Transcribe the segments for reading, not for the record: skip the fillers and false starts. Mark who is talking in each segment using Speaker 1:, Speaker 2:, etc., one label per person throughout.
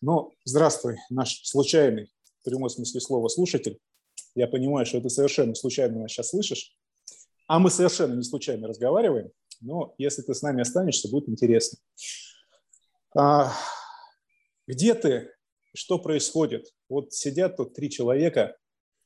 Speaker 1: Ну, здравствуй, наш случайный, в прямом смысле слова, слушатель. Я понимаю, что ты совершенно случайно нас сейчас слышишь, а мы совершенно не случайно разговариваем, но если ты с нами останешься, будет интересно. Где ты? Что происходит? Вот сидят тут 3 человека,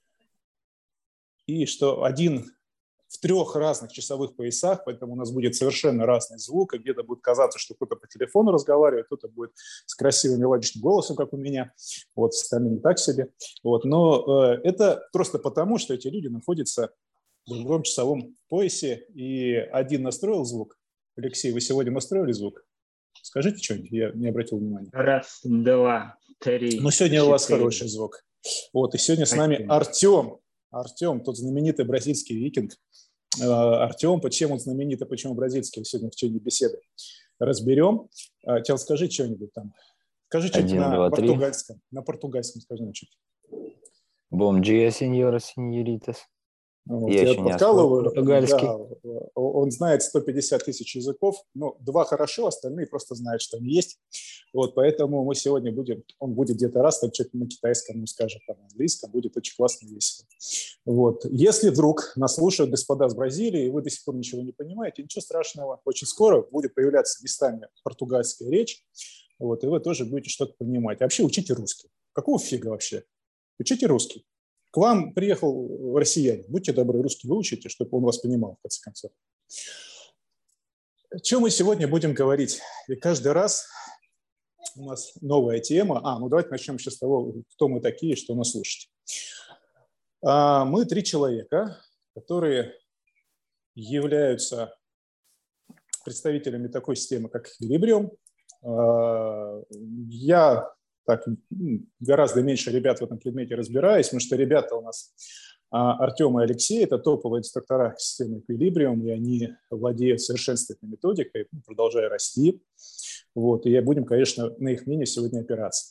Speaker 1: и что один в 3 разных часовых поясах, поэтому у нас будет совершенно разный звук, и где-то будет казаться, что кто-то по телефону разговаривает, кто-то будет с красивым мелодичным голосом, как у меня, вот, остальные не так себе. Вот. Но это просто потому, что эти люди находятся в другом часовом поясе, и один настроил звук. Алексей, вы сегодня настроили звук? Скажите что-нибудь, я не обратил внимания.
Speaker 2: 1, 2, 3.
Speaker 1: Но сегодня
Speaker 2: 4.
Speaker 1: у вас хороший звук. Вот, и сегодня с нами Артем. Артем, тот знаменитый бразильский викинг. Артем, почему он знаменит, и почему бразильский, сегодня в течение беседы разберем. Тел, скажи что-нибудь там. Скажи что-нибудь на португальском. На португальском скажи что-нибудь.
Speaker 3: Bom dia, senhoras, senhoritas.
Speaker 1: Вот,
Speaker 3: я еще не освоил португальский.
Speaker 1: Да, он знает 150 тысяч языков, но 2 хорошо, остальные просто знают, что они есть. Вот, поэтому мы сегодня он будет где-то раз, там что-то на китайском, ну, скажем, там, на английском, будет очень классно и весело. Вот. Если вдруг нас слушают господа с Бразилии, и вы до сих пор ничего не понимаете, ничего страшного, очень скоро будет появляться местами португальская речь, вот, и вы тоже будете что-то понимать. А вообще учите русский. Какого фига вообще? Учите русский. К вам приехал россиянин. Будьте добры, русский выучите, чтобы он вас понимал, в конце концов. О чем мы сегодня будем говорить? И каждый раз у нас новая тема. Ну давайте начнем еще с того, кто мы такие, что нас слушать. Мы 3 человека, которые являются представителями такой системы, как Equilibrium. Я гораздо меньше ребят в этом предмете разбираюсь, потому что ребята у нас Артем и Алексей – это топовые инструктора системы Equilibrium, и они владеют совершенствованной методикой, продолжая расти. Вот, и будем, конечно, на их мнение сегодня опираться.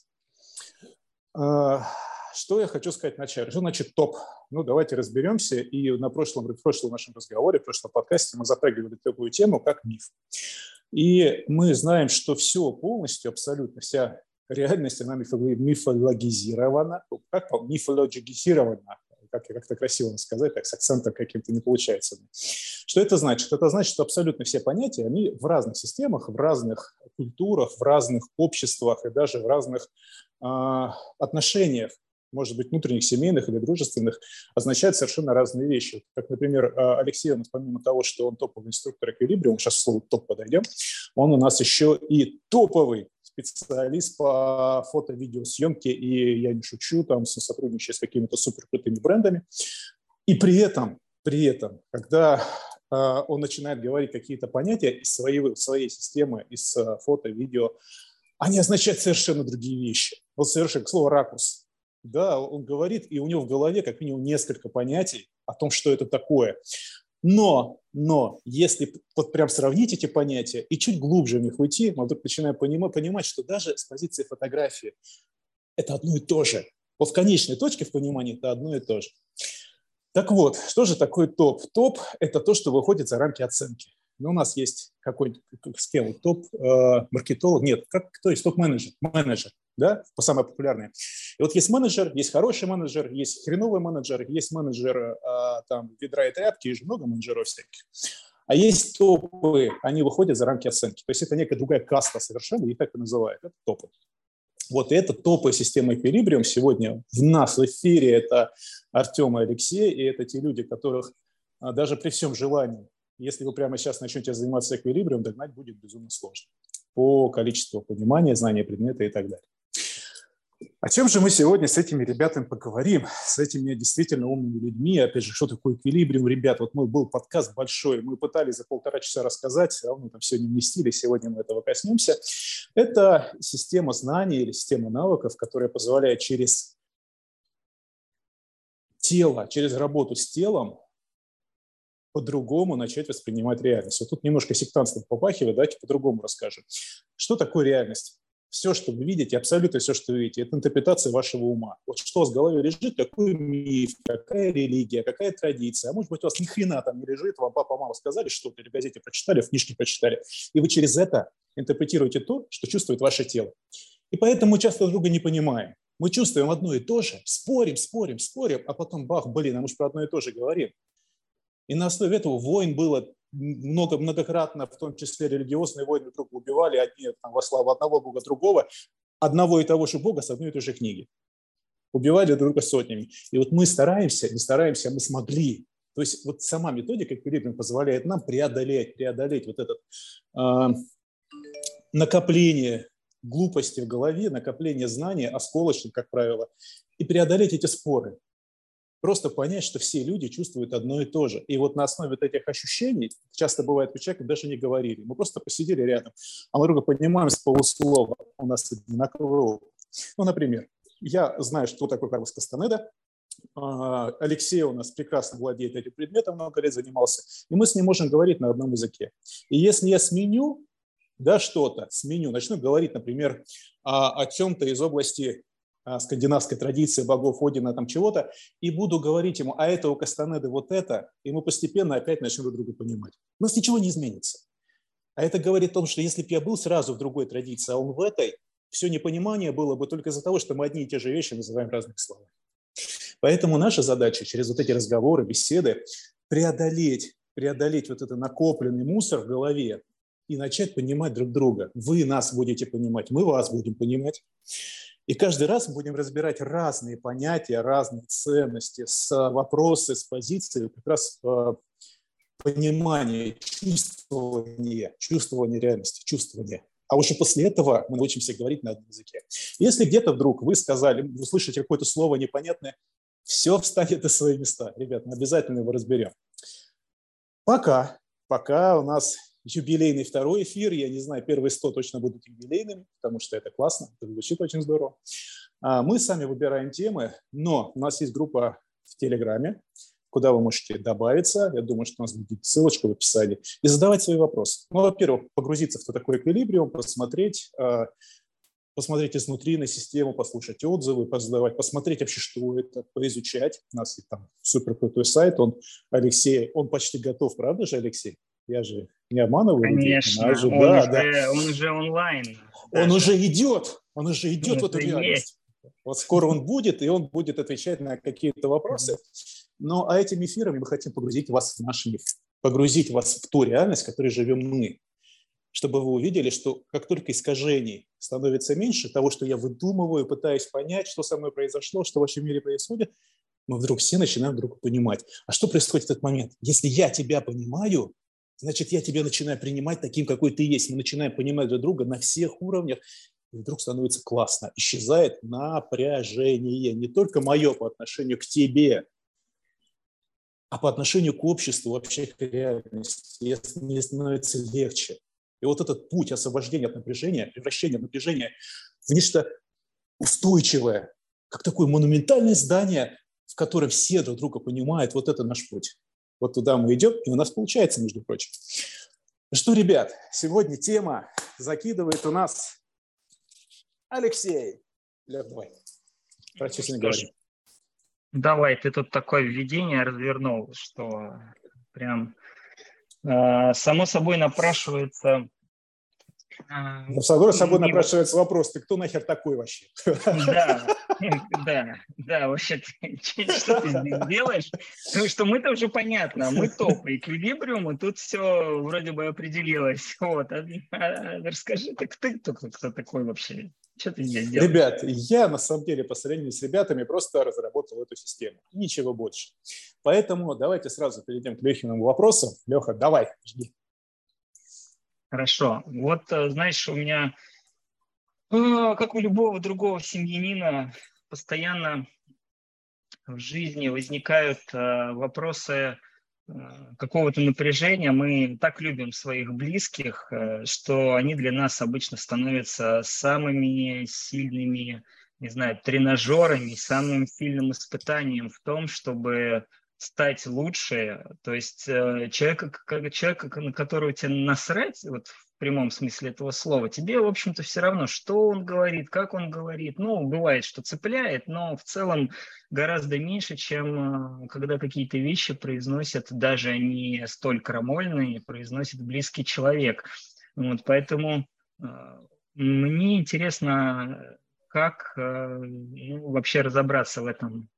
Speaker 1: Что я хочу сказать вначале? Что значит топ? Ну, давайте разберемся. И в прошлом нашем разговоре, в прошлом подкасте мы затрагивали такую тему, как миф. И мы знаем, что все полностью, абсолютно вся реальность, она мифологизирована. Как мифологизирована? Как-то красиво сказать, так с акцентом каким-то не получается. Что это значит? Это значит, что абсолютно все понятия, они в разных системах, в разных культурах, в разных обществах и даже в разных отношениях, может быть, внутренних, семейных или дружественных, означают совершенно разные вещи. Как, например, Алексей, помимо того, что он топовый инструктор Equilibrium, сейчас к слову топ подойдем, он у нас еще и топовый специалист по фото-видеосъемке, и я не шучу, там сотрудничая с какими-то суперкрутыми брендами. И при этом, когда он начинает говорить какие-то понятия из своей системы, из фото, видео, они означают совершенно другие вещи. Вот совершенно, к слову, ракурс. Да, он говорит, и у него в голове как минимум несколько понятий о том, что это такое. Но если вот прям сравнить эти понятия и чуть глубже в них уйти, мы вдруг начинаем понимать, что даже с позиции фотографии это одно и то же. Вот в конечной точке в понимании это одно и то же. Так вот, что же такое топ? Топ – это то, что выходит за рамки оценки. Но у нас есть какой-то с кем? Топ-маркетолог? Нет, кто есть топ-менеджер? Менеджер, да, самое популярное. И вот есть менеджер, есть хороший менеджер, есть хреновый менеджер, есть менеджер там ведра и тряпки, и много менеджеров всяких. А есть топы, они выходят за рамки оценки. То есть это некая другая каста совершенно, их так и называют, это топы. Вот это топы системы Equilibrium сегодня в нас в эфире, это Артем и Алексей, и это те люди, которых даже при всем желании, если вы прямо сейчас начнете заниматься Equilibrium, догнать будет безумно сложно по количеству понимания, знания предмета и так далее. О чем же мы сегодня с этими ребятами поговорим, с этими действительно умными людьми? Опять же, что такое Equilibrium, ребят? Вот был подкаст большой, мы пытались за 1,5 часа рассказать, а мы там все не вместили, сегодня мы этого коснемся. Это система знаний или система навыков, которая позволяет через тело, через работу с телом по-другому начать воспринимать реальность. Вот тут немножко сектантством попахивает, давайте по-другому расскажем. Что такое реальность? Все, что вы видите, абсолютно все, что вы видите, это интерпретация вашего ума. Вот что у вас в голове лежит, какой миф, какая религия, какая традиция. А может быть, у вас ни хрена там не лежит, вам папа, мама сказали что-то, или в газете прочитали, в книжке прочитали. И вы через это интерпретируете то, что чувствует ваше тело. И поэтому мы часто друг друга не понимаем. Мы чувствуем одно и то же, спорим, а потом бах, блин, а мы же про одно и то же говорим. И на основе этого войн было многократно, в том числе религиозные войны, друг друга убивали, одни там, во славу одного бога, другого, одного и того же бога с одной и той же книги. Убивали друг друга сотнями. И вот мы стараемся, не стараемся, а мы смогли. То есть вот сама методика эквилибриум позволяет нам преодолеть вот это накопление глупости в голове, накопление знаний, осколочных, как правило, и преодолеть эти споры. Просто понять, что все люди чувствуют одно и то же. И вот на основе вот этих ощущений, часто бывает, у человека даже не говорили, мы просто посидели рядом, а мы друга понимаем с полуслова, у нас одинаковый опыт. Ну, например, я знаю, что такое Карлос Кастанеда, Алексей у нас прекрасно владеет этим предметом, много лет занимался, и мы с ним можем говорить на одном языке. И если я сменю, начну говорить, например, о чем-то из области скандинавской традиции, богов Одина, там чего-то, и буду говорить ему, а это у Кастанеды вот это, и мы постепенно опять начнем друг друга понимать. У нас ничего не изменится. А это говорит о том, что если бы я был сразу в другой традиции, а он в этой, все непонимание было бы только из-за того, что мы одни и те же вещи называем разными словами. Поэтому наша задача через вот эти разговоры, беседы преодолеть вот этот накопленный мусор в голове и начать понимать друг друга. Вы нас будете понимать, мы вас будем понимать. И каждый раз мы будем разбирать разные понятия, разные ценности, вопросы, с позиции как раз понимания, чувствования реальности, чувствования. А уже после этого мы научимся говорить на одном языке. Если где-то вдруг вы сказали, вы слышите какое-то слово непонятное, все встанет на свои места. Ребят, мы обязательно его разберем. Пока у нас юбилейный второй эфир, я не знаю, первые 100 точно будут юбилейными, потому что это классно, это звучит очень здорово. Мы сами выбираем темы, но у нас есть группа в Телеграме, куда вы можете добавиться. Я думаю, что у нас будет ссылочка в описании. И задавать свои вопросы. Ну, во-первых, погрузиться в что такое эквилибриум, посмотреть изнутри на систему, послушать отзывы, посмотреть вообще, что это, поизучать. У нас есть там супер крутой сайт. Алексей, он почти готов, правда же, Алексей? Я же не обманываю.
Speaker 2: Конечно, он уже онлайн.
Speaker 1: Он уже идет в эту реальность. Вот скоро он будет, и он будет отвечать на какие-то вопросы. Но этими эфирами мы хотим погрузить вас в наш мир, погрузить вас в ту реальность, в которой живем мы, чтобы вы увидели, что как только искажений становится меньше, того, что я выдумываю, пытаюсь понять, что со мной произошло, что в вашем мире происходит, мы вдруг все начинаем друг друга понимать. А что происходит в этот момент? Если я тебя понимаю, значит, я тебя начинаю принимать таким, какой ты есть. Мы начинаем понимать друг друга на всех уровнях, и вдруг становится классно. Исчезает напряжение, не только мое по отношению к тебе, а по отношению к обществу, вообще к реальности. Мне становится легче. И вот этот путь освобождения от напряжения, превращения напряжения в нечто устойчивое, как такое монументальное здание, в котором все друг друга понимают, вот это наш путь. Вот туда мы идем, и у нас получается, между прочим. Ну что, ребят, сегодня тема закидывает у нас Алексей. Лев, давай. Про честно говоря.
Speaker 2: Давай, ты тут такое введение развернул, что прям само собой напрашивается...
Speaker 1: Само собой напрашивается вопрос, ты кто нахер такой вообще?
Speaker 2: Да, вообще, что ты здесь делаешь? Потому что мы-то уже понятно, мы топ эквилибриум, и тут все вроде бы определилось. Вот. Расскажи, ты кто такой вообще? Что ты здесь делаешь?
Speaker 1: Ребят, я на самом деле по сравнению с ребятами просто разработал эту систему. Ничего больше. Поэтому давайте сразу перейдем к Лехиному вопросу. Леха, давай, жди.
Speaker 2: Хорошо. Вот, знаешь, у меня, как у любого другого семьянина, постоянно в жизни возникают вопросы какого-то напряжения. Мы так любим своих близких, что они для нас обычно становятся самыми сильными, не знаю, тренажерами, самым сильным испытанием в том, чтобы стать лучше. То есть человека, на которого тебе насрать, вот в прямом смысле этого слова, тебе, в общем-то, все равно, что он говорит, как он говорит. Ну, бывает, что цепляет, но в целом гораздо меньше, чем когда какие-то вещи произносят, даже они столь крамольные, произносит близкий человек. Вот, поэтому Мне интересно, как вообще разобраться в этом.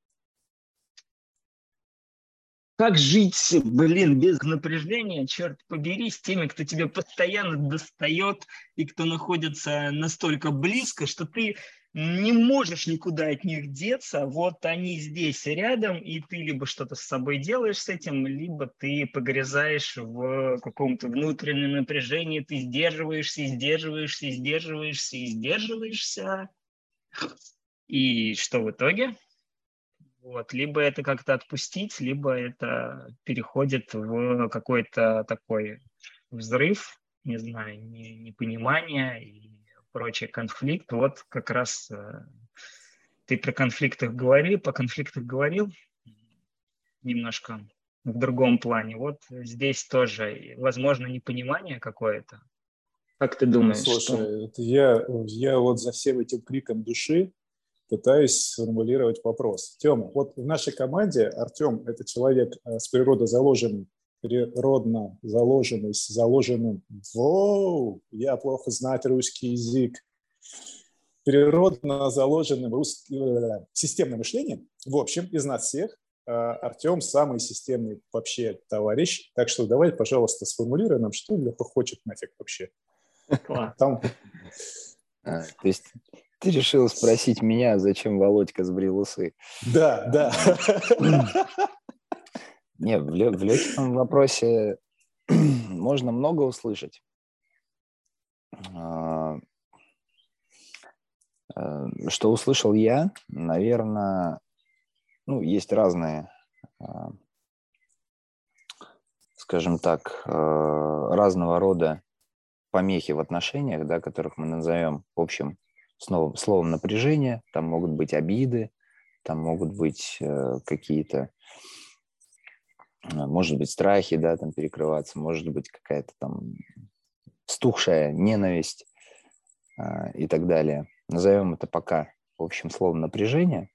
Speaker 2: Как жить, без напряжения, черт побери, с теми, кто тебя постоянно достает и кто находится настолько близко, что ты не можешь никуда от них деться. Вот они здесь рядом, и ты либо что-то с собой делаешь с этим, либо ты погрязаешь в каком-то внутреннем напряжении, ты сдерживаешься, и сдерживаешься, и сдерживаешься, и сдерживаешься. И что в итоге? Вот. Либо это как-то отпустить, либо это переходит в какой-то такой взрыв, не знаю, непонимание и прочий конфликт. Вот как раз ты по конфликтах говорил немножко в другом плане. Вот здесь тоже, возможно, непонимание какое-то. Как ты думаешь,
Speaker 1: Слушай,
Speaker 2: что?
Speaker 1: я вот за всем этим криком души пытаюсь сформулировать вопрос. Тёма, вот в нашей команде Артем – это человек с природно заложенным. Воу, я плохо знаю русский язык. Природно заложенным системным мышлением. В общем, из нас всех Артем самый системный вообще товарищ. Так что давай, пожалуйста, сформулируй нам, что Леха хочет нафиг вообще.
Speaker 3: Там... То есть ты решил спросить меня, зачем Володька сбрил усы?
Speaker 1: Да.
Speaker 3: Не, в Лёхином вопросе можно много услышать. Что услышал я, наверное, есть разные, скажем так, разного рода помехи в отношениях, да, которых мы назовем общим словом напряжение. Там могут быть обиды, там могут быть какие-то, может быть, страхи, да, там перекрываться, может быть, какая-то там стухшая ненависть и так далее. Назовем это пока общим словом напряжение.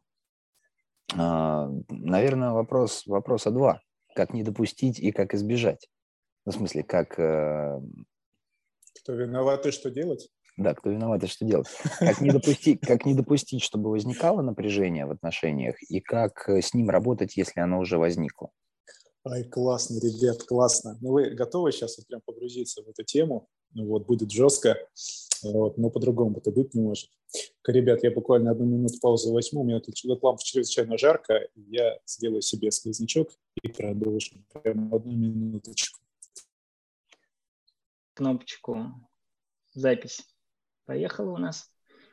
Speaker 3: Наверное, вопроса два. Как не допустить и как избежать? В смысле, как...
Speaker 1: Кто виноват и что делать?
Speaker 3: Да, кто виноват и что делать. Как не допустить, чтобы возникало напряжение в отношениях, и как с ним работать, если оно уже возникло.
Speaker 1: Ай, классно, ребят, классно. Вы готовы сейчас прям погрузиться в эту тему? Будет жестко, но по-другому это быть не может. Ребят, я буквально 1 минуту паузы возьму. У меня тут лампа чрезвычайно жарко. Я сделаю себе сквознячок и продолжим. Прям 1 минуточку.
Speaker 2: Кнопочку запись. Поехала у нас.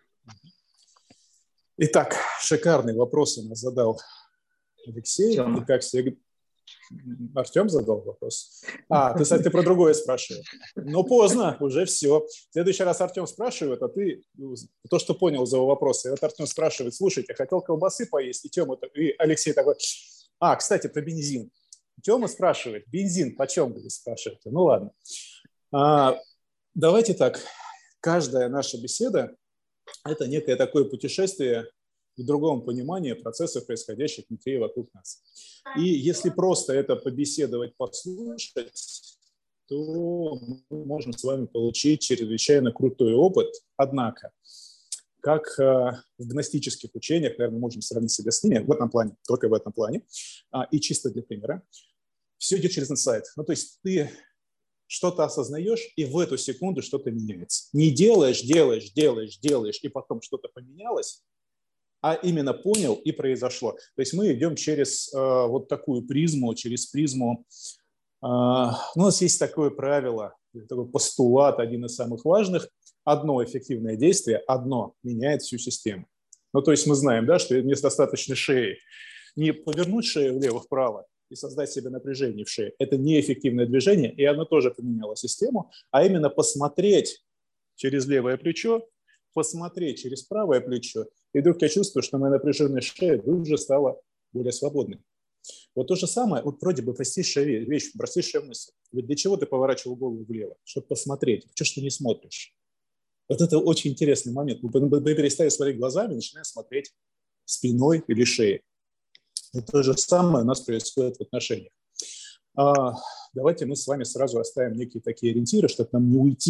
Speaker 1: Итак, шикарный вопрос у нас задал Алексей.
Speaker 2: Тёма.
Speaker 1: И как всегда... Артем задал вопрос? Ты про другое спрашиваешь. Но поздно, уже все. В следующий раз Артем спрашивает, а ты то, что понял за его вопрос. И вот Артем спрашивает, слушайте, хотел колбасы поесть, и Алексей такой, кстати, про бензин. Тёма спрашивает, бензин почем, спрашивает. Ну ладно. Давайте так, каждая наша беседа – это некое такое путешествие к другому пониманию процессов, происходящих внутри и вокруг нас. И если просто это побеседовать, послушать, то мы можем с вами получить чрезвычайно крутой опыт. Однако, как в гностических учениях, наверное, можем сравнить себя с ними в этом плане, только в этом плане, и чисто для примера, все идет через инсайт. То есть ты что-то осознаешь, и в эту секунду что-то меняется. Не делаешь, и потом что-то поменялось, а именно понял и произошло. То есть мы идем через вот такую призму, у нас есть такое правило, такой постулат, один из самых важных. Одно эффективное действие, одно меняет всю систему. То есть мы знаем, да, что вместо достаточно шеи не повернуть шею влево-вправо и создать себе напряжение в шее. Это неэффективное движение, и оно тоже поменяло систему, а именно посмотреть через левое плечо, посмотреть через правое плечо, и вдруг я чувствую, что моя напряженная шея уже стала более свободной. Вот то же самое, вроде бы простейшая вещь, простейшая мысль. Ведь для чего ты поворачивал голову влево? Чтобы посмотреть. Чего ж ты не смотришь? Вот это очень интересный момент. Мы перестали смотреть глазами, начинаем смотреть спиной или шеей. И то же самое у нас происходит в отношениях. Давайте мы с вами сразу оставим некие такие ориентиры, чтобы нам не уйти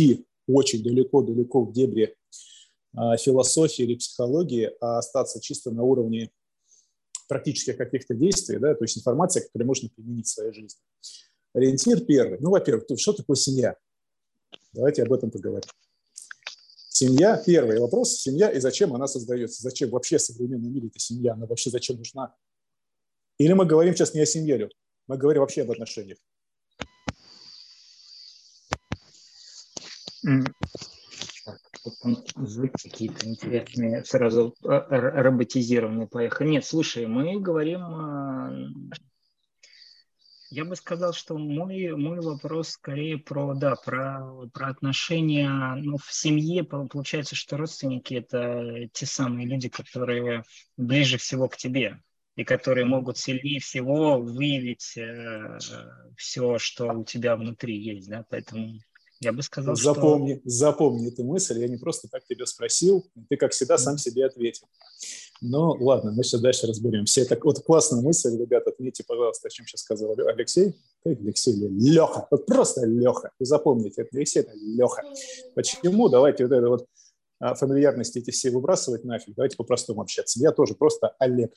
Speaker 1: очень далеко-далеко в дебри философии или психологии, а остаться чисто на уровне практических каких-то действий, да, то есть информация, которую можно применить в своей жизни. Ориентир первый. Ну, во-первых, что такое семья? Давайте об этом поговорим. Семья, первый вопрос, семья и зачем она создается? Зачем вообще в современном мире эта семья? Она вообще зачем нужна? Или мы говорим сейчас не о семье, Лёд, мы говорим вообще об отношениях?
Speaker 2: Звуки какие-то интересные, сразу роботизированные поехали. Нет, слушай, мы говорим, я бы сказал, что мой вопрос скорее про отношения, ну, в семье. Получается, что родственники – это те самые люди, которые ближе всего к тебе и которые могут сильнее всего выявить все, что у тебя внутри есть, да, поэтому... Я бы сказал,
Speaker 1: запомни эту мысль. Я не просто так тебя спросил, ты, как всегда, сам себе ответил. Ну, ладно, мы сейчас дальше разберемся. Это вот классная мысль, ребята, отметьте, пожалуйста, о чем сейчас сказал Алексей. Алексей или Леха, вот просто Леха. Вы запомните, это Алексей, это Леха. Почему? Давайте вот это вот фамильярности эти все выбрасывать нафиг. Давайте по-простому общаться. Я тоже просто Олег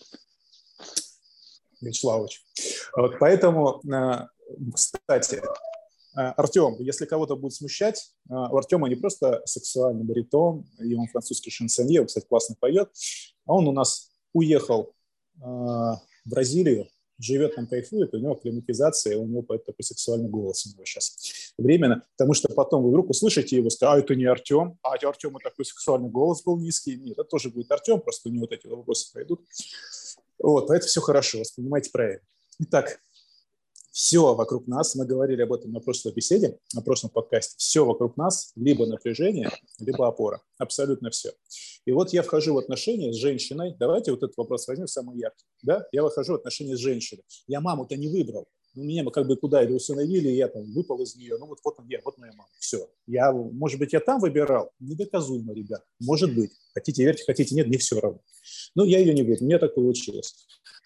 Speaker 1: Вячеславович. Вот, поэтому, кстати... Артем, если кого-то будет смущать, у Артема не просто сексуальный баритон, и он французский шансонье, он, кстати, классно поет, а он у нас уехал в Бразилию, живет там, кайфует, у него климатизация, у него такой сексуальный голос у него сейчас временно, потому что потом вы вдруг услышите его, скажете, это не Артем, а у Артема такой сексуальный голос был низкий. Нет, это тоже будет Артем, просто у него вот эти вопросы пройдут. Вот, поэтому все хорошо, воспринимайте правильно. Итак, все вокруг нас, мы говорили об этом на прошлой беседе, на прошлом подкасте, все вокруг нас либо напряжение, либо опора, абсолютно все. И вот я вхожу в отношения с женщиной, давайте вот этот вопрос возьмем самый яркий, да, я выхожу в отношения с женщиной, я маму-то не выбрал, меня как бы куда или усыновили, я там выпал из нее, ну вот он я, вот моя мама, все. Может быть, я там выбирал, недоказуемо, ребят, может быть, хотите верьте, хотите нет, не все равно. Но я ее не выбрал, мне так получилось.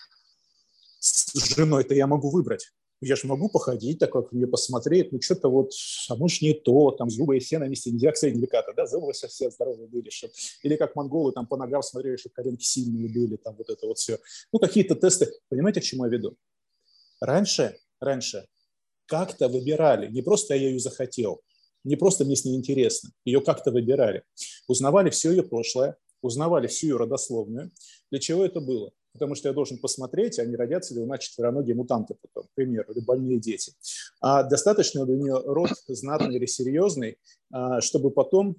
Speaker 1: С женой-то я могу выбрать. Я же могу походить, так как мне посмотреть, ну что-то вот, а может не то, там зубы и все на месте нельзя, к среднему века, да, зубы все здоровые были, чтобы, или как монголы там по ногам смотрели, чтобы коленки сильные были, там вот это вот все. Ну какие-то тесты, понимаете, к чему я веду? Раньше как-то выбирали, не просто я ее захотел, не просто мне с ней интересно, ее как-то выбирали. Узнавали все ее прошлое, узнавали всю ее родословную. Для чего это было? Потому что я должен посмотреть, а не родятся ли у нас четвероногие мутанты потом, к примеру, или больные дети. А достаточно ли у нее род знатный или серьезный, чтобы потом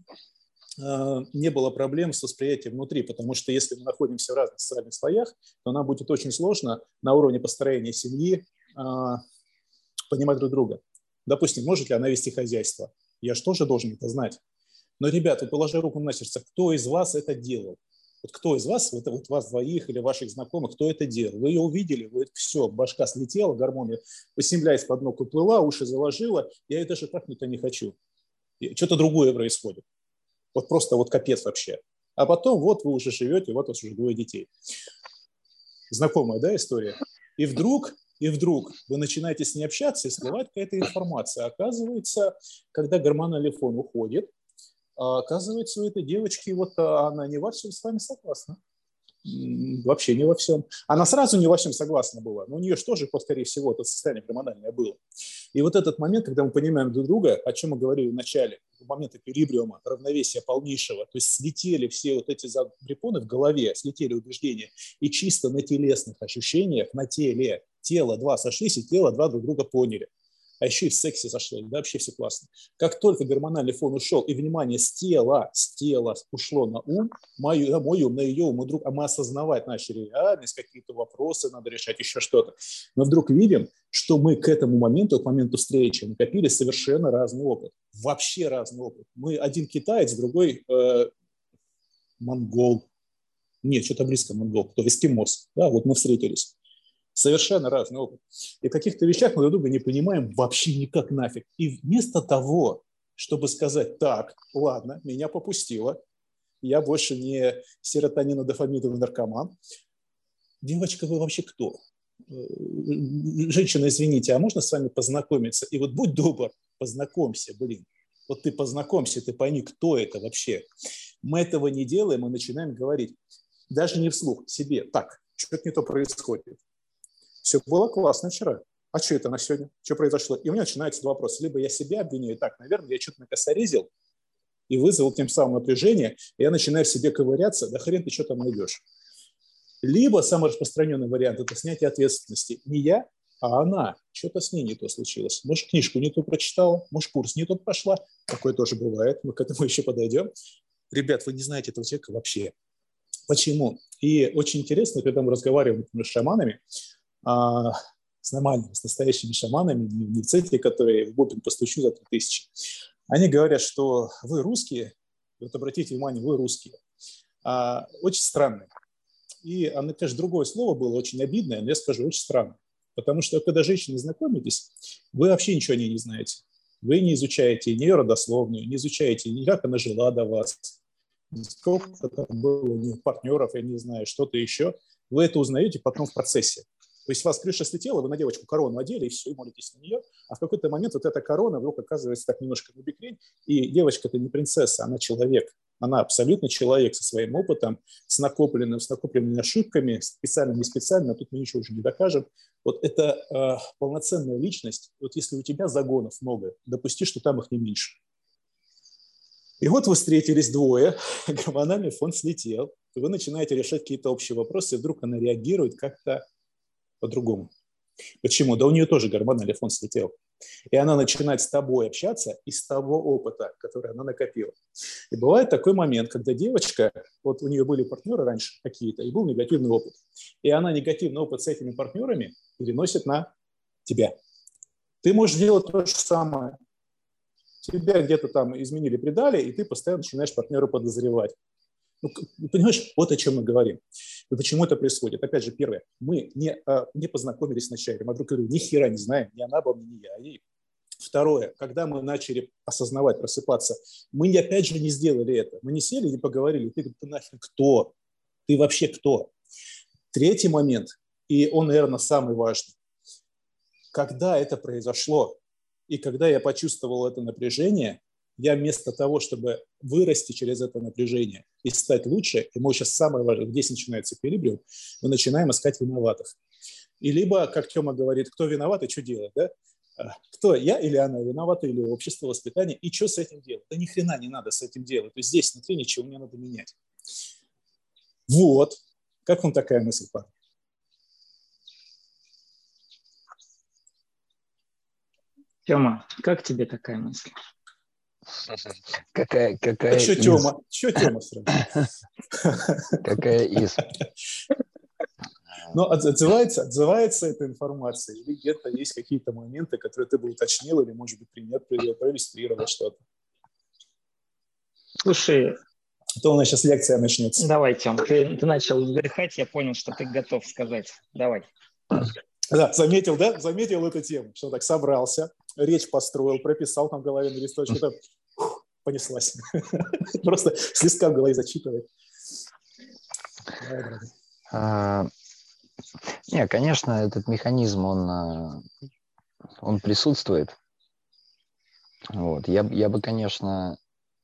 Speaker 1: не было проблем с восприятием внутри, потому что если мы находимся в разных социальных слоях, то нам будет очень сложно на уровне построения семьи понимать друг друга. Допустим, может ли она вести хозяйство? Я же тоже должен это знать. Но, ребята, положа руку на сердце, кто из вас это делал? Вот кто из вас, вот вас двоих или ваших знакомых, кто это делал? Вы ее увидели, все, башка слетела, гормоны, посемляясь под ног уплыла, уши заложила, я ее даже трахнуть-то не хочу. Что-то другое происходит. Вот просто вот капец вообще. А потом вот вы уже живете, вот у вас уже 2 детей. Знакомая, да, история? И вдруг вы начинаете с ней общаться, и всплывает какая-то информация. Оказывается, когда гормональный фон уходит, оказывается, у этой девочки вот она не во всем с вами согласна. Вообще не во всем. Она сразу не во всем согласна была, но у нее же тоже, скорее всего, это состояние гормональное было. И вот этот момент, когда мы понимаем друг друга, о чем мы говорили в начале, в момент эквилибриума, равновесия полнейшего, то есть слетели все вот эти препоны в голове, слетели убеждения, и чисто на телесных ощущениях, на тело 2 сошлись, и тело 2 друг друга поняли. А еще и в сексе сошло, да, вообще все классно. Как только гормональный фон ушел, и внимание с тела ушло на ум, мой ум, на ее ум, а мы осознавать начали реальность, какие-то вопросы надо решать, еще что-то. Мы вдруг видим, что мы к этому моменту, к моменту встречи, накопили совершенно разный опыт. Вообще разный опыт. Мы один китаец, другой монгол. Нет, что-то близко монгол, кто эскимос. Да, вот мы встретились. Совершенно разный опыт. И в каких-то вещах мы друг друга не понимаем вообще никак нафиг. И вместо того, чтобы сказать, так, ладно, меня попустило, я больше не серотонинодофаминовый наркоман. Девочка, вы вообще кто? Женщина, извините, а можно с вами познакомиться? И вот будь добр, познакомься, блин. Вот ты познакомься, ты пойми, кто это вообще. Мы этого не делаем, мы начинаем говорить, даже не вслух, себе. Так, что-то не то происходит. Все было классно вчера. А что это на сегодня? Что произошло? И у меня начинаются два вопроса. Либо я себя обвиняю, так, наверное, я что-то накосорезил и вызвал тем самым напряжение, и я начинаю в себе ковыряться, да хрен ты что там найдешь. Либо самый распространенный вариант – это снятие ответственности. Не я, а она. Что-то с ней не то случилось. Может, книжку не ту прочитала, может, курс не тот прошла. Такое тоже бывает, мы к этому еще подойдем. Ребят, вы не знаете этого человека вообще. Почему? И очень интересно, когда мы разговариваем, например, с шаманами, с нормальными, с настоящими шаманами, не те, которые в бубен постучу за 3000. Они говорят, что вы русские, вот обратите внимание, вы русские, очень странные. И, конечно, другое слово было очень обидное, но я скажу, очень странно. Потому что, когда женщины знакомитесь, вы вообще ничего о ней не знаете. Вы не изучаете ни ее родословную, не изучаете, ни как она жила до вас, сколько там было у нее партнеров, я не знаю, что-то еще. Вы это узнаете потом в процессе. То есть у вас крыша слетела, вы на девочку корону одели, и все, и молитесь на нее, а в какой-то момент вот эта корона вдруг оказывается так немножко набекрень, и девочка-то не принцесса, она человек. Она абсолютно человек со своим опытом, с накопленными ошибками, специально, не специально, тут мы ничего уже не докажем. Вот это полноценная личность. Вот если у тебя загонов много, допусти, что там их не меньше. И вот вы встретились двое, гормональный фон слетел, и вы начинаете решать какие-то общие вопросы, и вдруг она реагирует как-то по-другому. Почему? Да у нее тоже гормональный фон слетел. И она начинает с тобой общаться из того опыта, который она накопила. И бывает такой момент, когда девочка, вот у нее были партнеры раньше какие-то, и был негативный опыт. И она негативный опыт с этими партнерами переносит на тебя. Ты можешь делать то же самое. Тебя где-то там изменили, предали, и ты постоянно начинаешь партнера подозревать. Ну, понимаешь, вот о чем мы говорим. И почему это происходит? Опять же, первое, мы не познакомились с начальником, а вдруг говорю, ни хера не знаем, ни она обо мне, ни я о ней. Второе, когда мы начали осознавать, просыпаться, мы опять же не сделали это. Мы не сели и не поговорили. Ты нахер кто? Ты вообще кто? Третий момент, и он, наверное, самый важный. Когда это произошло, и когда я почувствовал это напряжение, я вместо того, чтобы вырасти через это напряжение и стать лучше, и мы сейчас самое важное, здесь начинается эквилибриум, мы начинаем искать виноватых. И либо, как Тёма говорит, кто виноват и что делать, да? Кто, я или она виновата, или общество, воспитание, и что с этим делать? Да ни хрена не надо с этим делать. То есть здесь внутри ничего не надо менять. Вот. Как вам такая мысль, парень?
Speaker 2: Тёма, как тебе такая мысль?
Speaker 3: Какая
Speaker 1: Что
Speaker 3: из...
Speaker 1: Тёма? Что Тёма сразу?
Speaker 3: Какая из...
Speaker 1: Но отзывается эта информация, или где-то есть какие-то моменты, которые ты бы уточнил, или, может быть, пример привел, проиллюстрировал что-то.
Speaker 2: Слушай,
Speaker 1: то у нас сейчас лекция начнется.
Speaker 2: Давай, Тём, ты начал вздыхать, я понял, что ты готов сказать. Давай.
Speaker 1: Да, заметил, да? Заметил эту тему, что так собрался, речь построил, прописал там в голове на листочке, там понеслась. Просто с листка в голове зачитывает.
Speaker 3: Не, конечно, этот механизм, он присутствует. Вот. Я бы, конечно,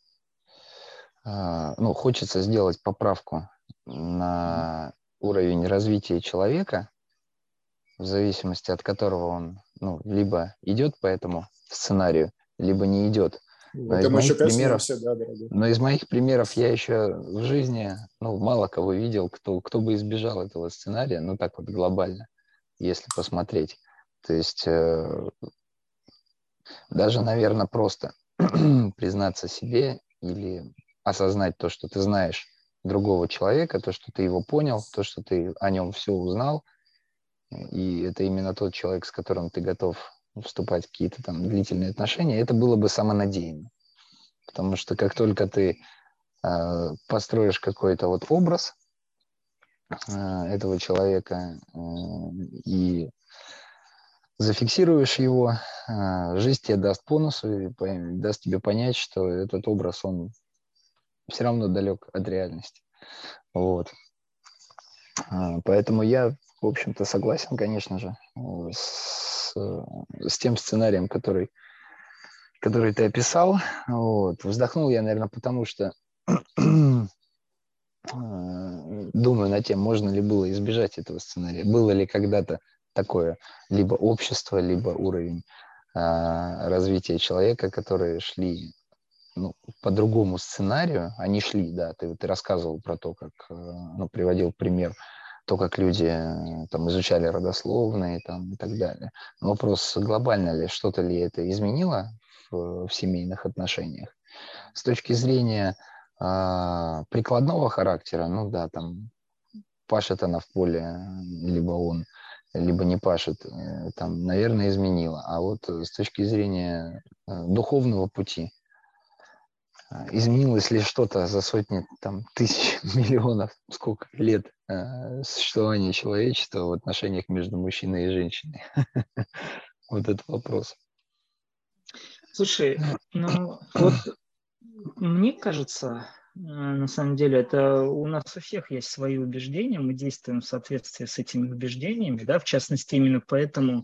Speaker 3: хочется сделать поправку на уровень развития человека, в зависимости от которого он либо идет по этому сценарию, либо не идет. Но из моих примеров я еще в жизни мало кого видел, кто бы избежал этого сценария, так вот глобально, если посмотреть. То есть даже, наверное, просто признаться себе или осознать то, что ты знаешь другого человека, то, что ты его понял, то, что ты о нем все узнал, и это именно тот человек, с которым ты готов вступать в какие-то там длительные отношения, это было бы самонадеянно. Потому что как только ты построишь какой-то вот образ этого человека и зафиксируешь его, жизнь тебе даст бонусы и даст тебе понять, что этот образ, он все равно далек от реальности. Вот. Поэтому я, в общем-то, согласен, конечно же, с тем сценарием, который который ты описал. Вот. Вздохнул я, наверное, потому что думаю над тем, можно ли было избежать этого сценария. Было ли когда-то такое либо общество, либо уровень развития человека, которые шли по другому сценарию. Они шли, да, ты рассказывал про то, как, приводил пример, то, как люди там изучали родословные там, и так далее. Но вопрос, глобально ли, что-то ли это изменило в семейных отношениях? С точки зрения прикладного характера, ну да, там пашет она в поле, либо он, либо не пашет, там, наверное, изменило. А вот с точки зрения духовного пути, изменилось ли что-то за сотни там, тысяч, миллионов, сколько лет существования человечества в отношениях между мужчиной и женщиной? Вот это вопрос.
Speaker 2: Слушай, ну вот мне кажется, на самом деле, это у нас у всех есть свои убеждения, мы действуем в соответствии с этими убеждениями, да, в частности, именно поэтому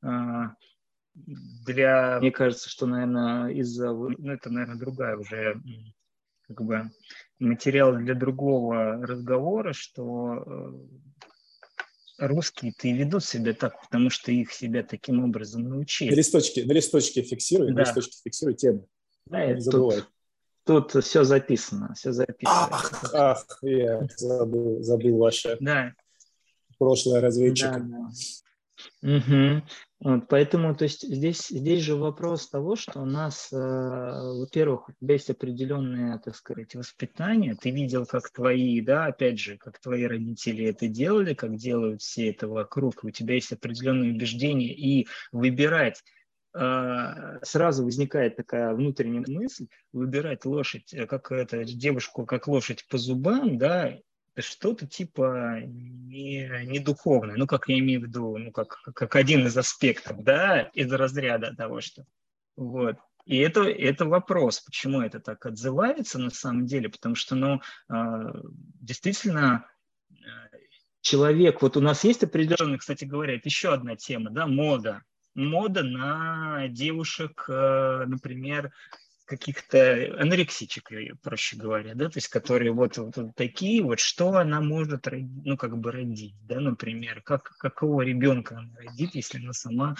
Speaker 2: мне кажется, что, наверное, это, наверное, другая уже как бы материал для другого разговора, что русские-то и ведут себя так, потому что их себя таким образом научили.
Speaker 1: На листочке фиксируй,
Speaker 2: да.
Speaker 1: тему.
Speaker 2: Да,
Speaker 1: не забывай.
Speaker 2: Тут все записано, все записано.
Speaker 1: Я забыл ваше прошлое разведчика.
Speaker 2: Да. Угу. Вот, поэтому, то есть здесь же вопрос того, что у нас, во-первых, у тебя есть определенное, так сказать, воспитание. Ты видел, как твои, да, опять же, как твои родители это делали, как делают все это вокруг. У тебя есть определенные убеждения, и выбирать сразу возникает такая внутренняя мысль, выбирать лошадь, девушку, как лошадь по зубам, да, что-то типа не духовное, как я имею в виду, как один из аспектов, да, из разряда того, что вот. И это вопрос, почему это так отзывается на самом деле, потому что, действительно, человек, вот у нас есть определенный, кстати говоря, это еще одна тема, да, мода на девушек, например, каких-то анорексичек, проще говоря, да, то есть которые вот такие, вот что она может родить, да, например, какого ребенка она родит, если она сама,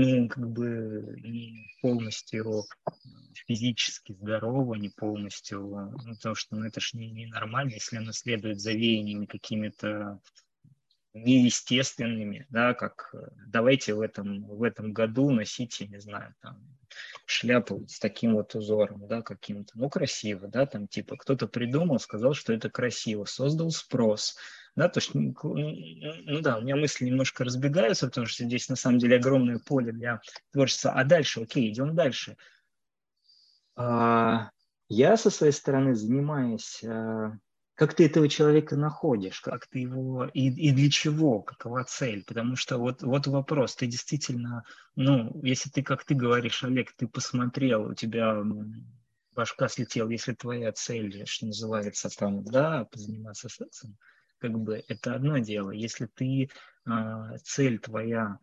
Speaker 2: не полностью физически здорова, не полностью, потому что, это ж не нормально, если она следует за веяниями какими-то неестественными, да, как давайте в этом году носите, не знаю, там, шляпу с таким вот узором, да, каким-то, красиво, да, там, типа, кто-то придумал, сказал, что это красиво, создал спрос, да, то есть, у меня мысли немножко разбегаются, потому что здесь, на самом деле, огромное поле для творчества, а дальше, окей, идем дальше. Я, со своей стороны, занимаюсь... Как ты этого человека находишь, как ты его и для чего, какова цель? Потому что вот вопрос, ты действительно, если ты, как ты говоришь, Олег, ты посмотрел, у тебя башка слетела, если твоя цель, что называется, там, да, позаниматься сексом, это одно дело. Если цель твоя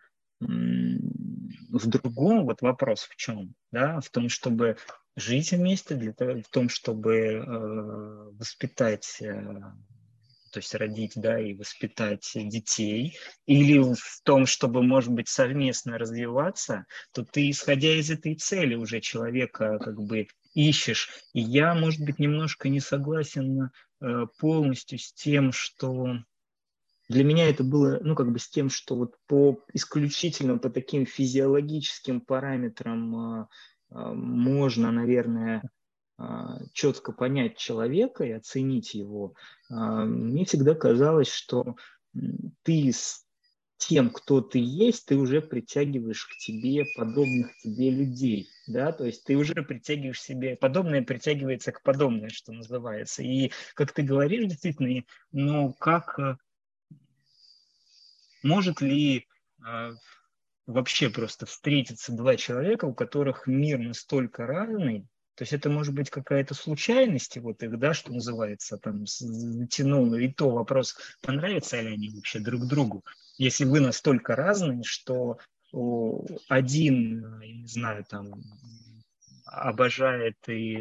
Speaker 2: в другом, вот вопрос в чем, да, в том, чтобы жить вместе, в том, чтобы воспитать, то есть родить, да, и воспитать детей, или в том, чтобы, может быть, совместно развиваться, то ты, исходя из этой цели, уже человека ищешь. И я, может быть, немножко не согласен полностью с тем, что... Для меня это было, с тем, что вот исключительно по таким физиологическим параметрам можно, наверное, четко понять человека и оценить его. Мне всегда казалось, что ты с тем, кто ты есть, ты уже притягиваешь к тебе подобных тебе людей, да, то есть ты уже притягиваешь себе, подобное притягивается к подобное, что называется. И, как ты говоришь, действительно, может ли вообще просто встретиться два человека, у которых мир настолько разный, то есть это может быть какая-то случайность, вот их, да, что называется, там, затянуло, и то вопрос, понравятся ли они вообще друг другу, если вы настолько разные, что один, я не знаю, там, обожает и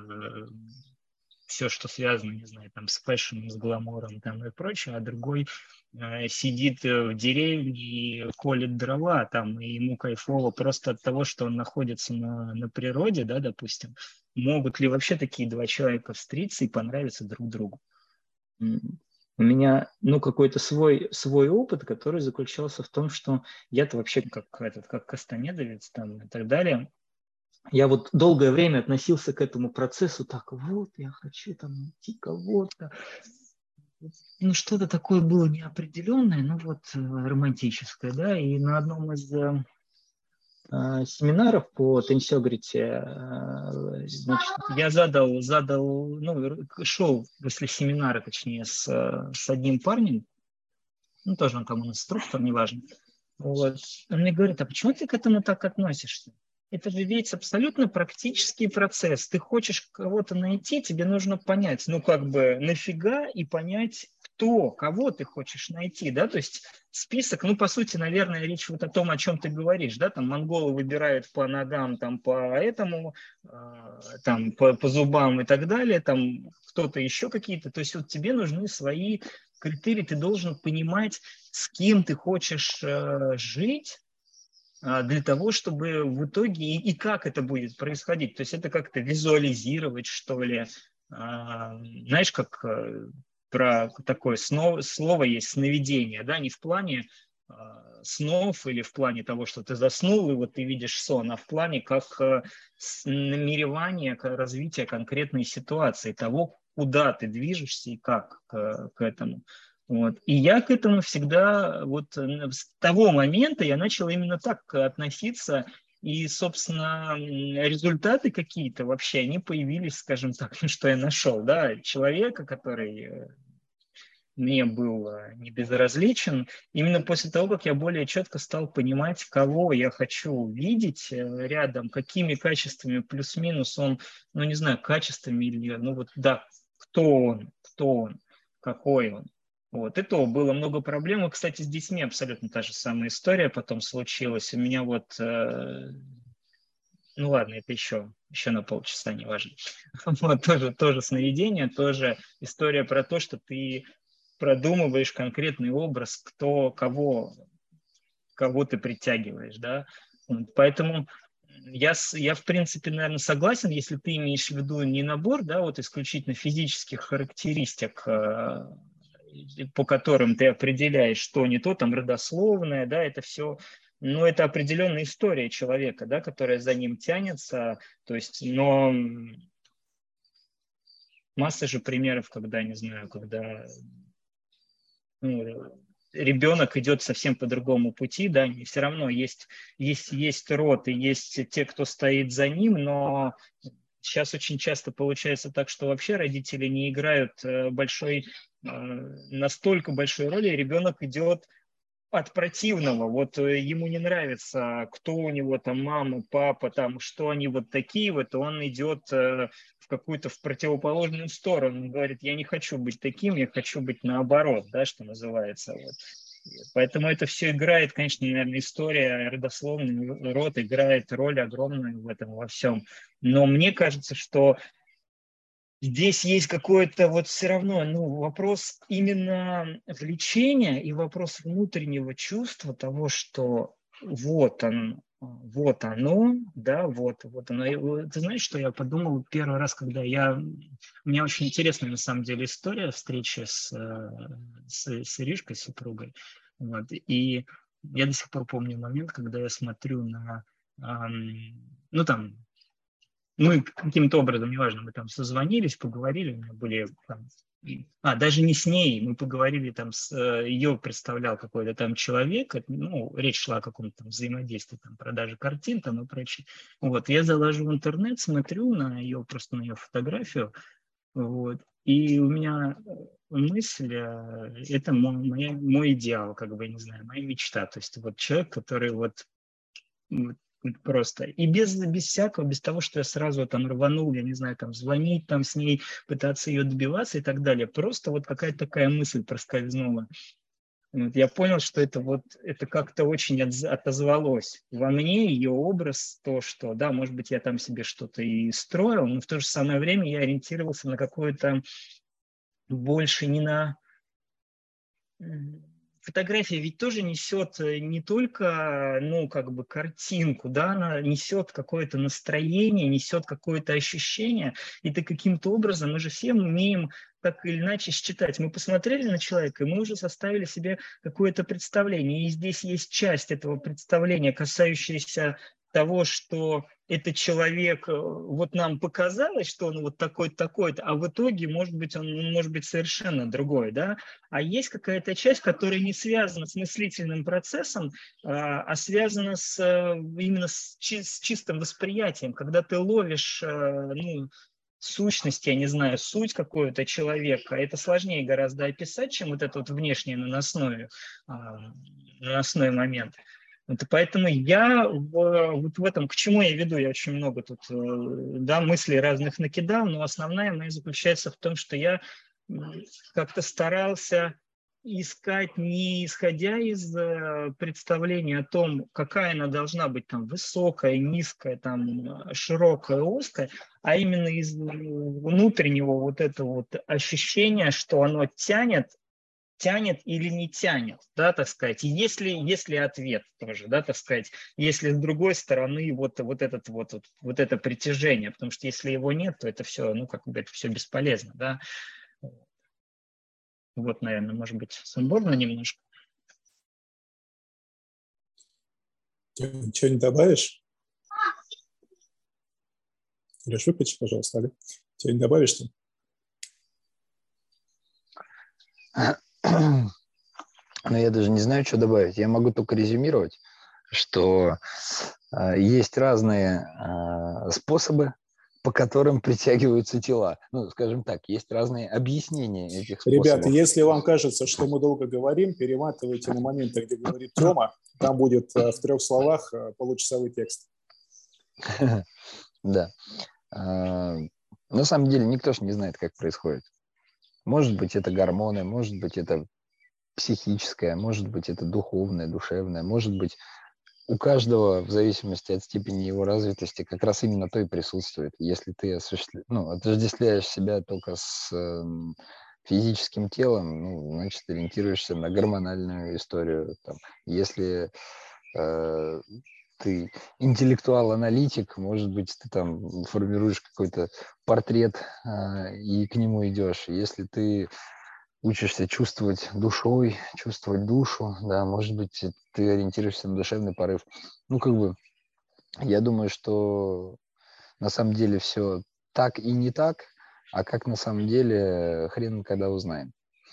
Speaker 2: все, что связано, не знаю, там, с фэшном, с гламуром там, и прочее, а другой сидит в деревне и колет дрова, там, и ему кайфово просто от того, что он находится на природе, да, допустим. Могут ли вообще такие два человека встретиться и понравиться друг другу? У меня, какой-то свой опыт, который заключался в том, что я-то вообще как кастанедовец там и так далее. Я вот долгое время относился к этому процессу так, вот, я хочу там найти кого-то. Что-то такое было неопределенное, романтическое, да, и на одном из семинаров по тенсиогрите, значит, я шел после семинара, точнее, с одним парнем, тоже он там инструктор, неважно, вот, он мне говорит, а почему ты к этому так относишься? Это же ведь абсолютно практический процесс. Ты хочешь кого-то найти, тебе нужно понять, нафига и понять, кого ты хочешь найти, да, то есть список, по сути, наверное, речь вот о том, о чем ты говоришь, да, там монголы выбирают по ногам, там по этому, там по зубам и так далее, там кто-то еще какие-то, то есть вот тебе нужны свои критерии, ты должен понимать, с кем ты хочешь жить, для того, чтобы в итоге и как это будет происходить. То есть это как-то визуализировать, что ли. Знаешь, как про такое слово есть сновидение, да, не в плане снов или в плане того, что ты заснул, и вот ты видишь сон, а в плане как намеревание, развития конкретной ситуации, того, куда ты движешься и как к этому. Вот. И я к этому всегда, с того момента я начал именно так относиться, и, собственно, результаты какие-то вообще, они появились, скажем так, что я нашел, да, человека, который мне был не безразличен, именно после того, как я более четко стал понимать, кого я хочу видеть рядом, какими качествами плюс-минус он, не знаю, качествами или, кто он, какой он. Вот, это было много проблем. И, кстати, с детьми абсолютно та же самая история потом случилась. У меня ладно, это еще на полчаса, не важно. Тоже сновидение, тоже история про то, что ты продумываешь конкретный образ, кого ты притягиваешь, да. Поэтому я, в принципе, наверное, согласен, если ты имеешь в виду не набор, да, исключительно физических характеристик, по которым ты определяешь, что не то, там, родословное, да, это все, это определенная история человека, да, которая за ним тянется, то есть, но масса же примеров, когда, не знаю, когда ребенок идет совсем по другому пути, да, и все равно есть род и есть те, кто стоит за ним, но сейчас очень часто получается так, что вообще родители не играют настолько большой роли, и ребенок идет от противного. Ему не нравится, кто у него там мама, папа, там, что они такие, он идет в какую-то в противоположную сторону. Он говорит, я не хочу быть таким, я хочу быть наоборот, да, что называется. Поэтому это все играет, конечно, наверное, история, родословный род играет роль огромную в этом во всем. Но мне кажется, что здесь есть какой-то все равно, вопрос именно влечения и вопрос внутреннего чувства того, что вот оно, да, вот оно. И ты знаешь, что я подумал первый раз, когда у меня очень интересная на самом деле история встречи с Иришкой, супругой. И я до сих пор помню момент, когда я смотрю на, мы каким-то образом, неважно, мы там созвонились, поговорили, у меня были там, даже не с ней, мы поговорили там ее представлял какой-то там человек, речь шла о каком-то там взаимодействии, там, продаже картин там и прочее. Я заложу в интернет, смотрю просто на ее фотографию, и у меня мысль, это мой идеал, не знаю, моя мечта, то есть человек, который просто. И без всякого, без того, что я сразу там рванул, я не знаю, там звонить там с ней, пытаться ее добиваться и так далее. Просто какая-то такая мысль проскользнула. Вот я понял, что это как-то очень отозвалось во мне, ее образ, то, что, да, может быть, я там себе что-то и строил, но в то же самое время я ориентировался на какое-то больше не на... Фотография ведь тоже несет не только, ну, как бы картинку, да, она несет какое-то настроение, несет какое-то ощущение, и ты каким-то образом, мы же все умеем так или иначе считать. Мы посмотрели на человека, и мы уже составили себе какое-то представление, и здесь есть часть этого представления, касающаяся того, что этот человек, вот нам показалось, что он вот такой-то, такой-то, а в итоге, может быть, он может быть совершенно другой, да, а есть какая-то часть, которая не связана с мыслительным процессом, а связана именно с чистым восприятием, когда ты ловишь, ну, сущность, я не знаю, суть какого-то человека. Это сложнее гораздо описать, чем вот это вот внешнее наносной момент. Вот, и поэтому я вот в этом, к чему я веду, я очень много тут, да, мыслей разных накидал, но основная моя заключается в том, что я как-то старался искать, не исходя из представления о том, какая она должна быть там высокая, низкая, там широкая, узкая, а именно из внутреннего вот этого вот ощущения, что оно тянет или не тянет, да, так сказать, и если ответ тоже, да, так сказать, если с другой стороны вот это притяжение, потому что если его нет, то это все, ну, как бы это все бесполезно, да. Вот, наверное, может быть, сумбурно немножко.
Speaker 1: Что-нибудь добавишь? Леш, выключи, пожалуйста, Али. Что-нибудь добавишь ты?
Speaker 3: Но я даже не знаю, что добавить. Я могу только резюмировать, что есть разные способы, по которым притягиваются тела. Ну, скажем так, есть разные объяснения этих способов.
Speaker 1: Ребята, если вам кажется, что мы долго говорим, перематывайте на моменты, где говорит Тёма. Там будет в 3 словах получасовой текст.
Speaker 3: Да. На самом деле никто же не знает, как происходит. Может быть, это гормоны, может быть, это психическое, может быть, это духовное, душевное, может быть, у каждого, в зависимости от степени его развитости, как раз именно то и присутствует. Если ты отождествляешь себя только с физическим телом, ну, значит, ориентируешься на гормональную историю. Там. Если ты интеллектуал-аналитик, может быть, ты там формируешь какой-то портрет и к нему идешь. Если ты учишься чувствовать душой, чувствовать душу, да, может быть, ты ориентируешься на душевный порыв. Ну, как бы, я думаю, что на самом деле все так и не так, а как на самом деле, хрен когда узнаем.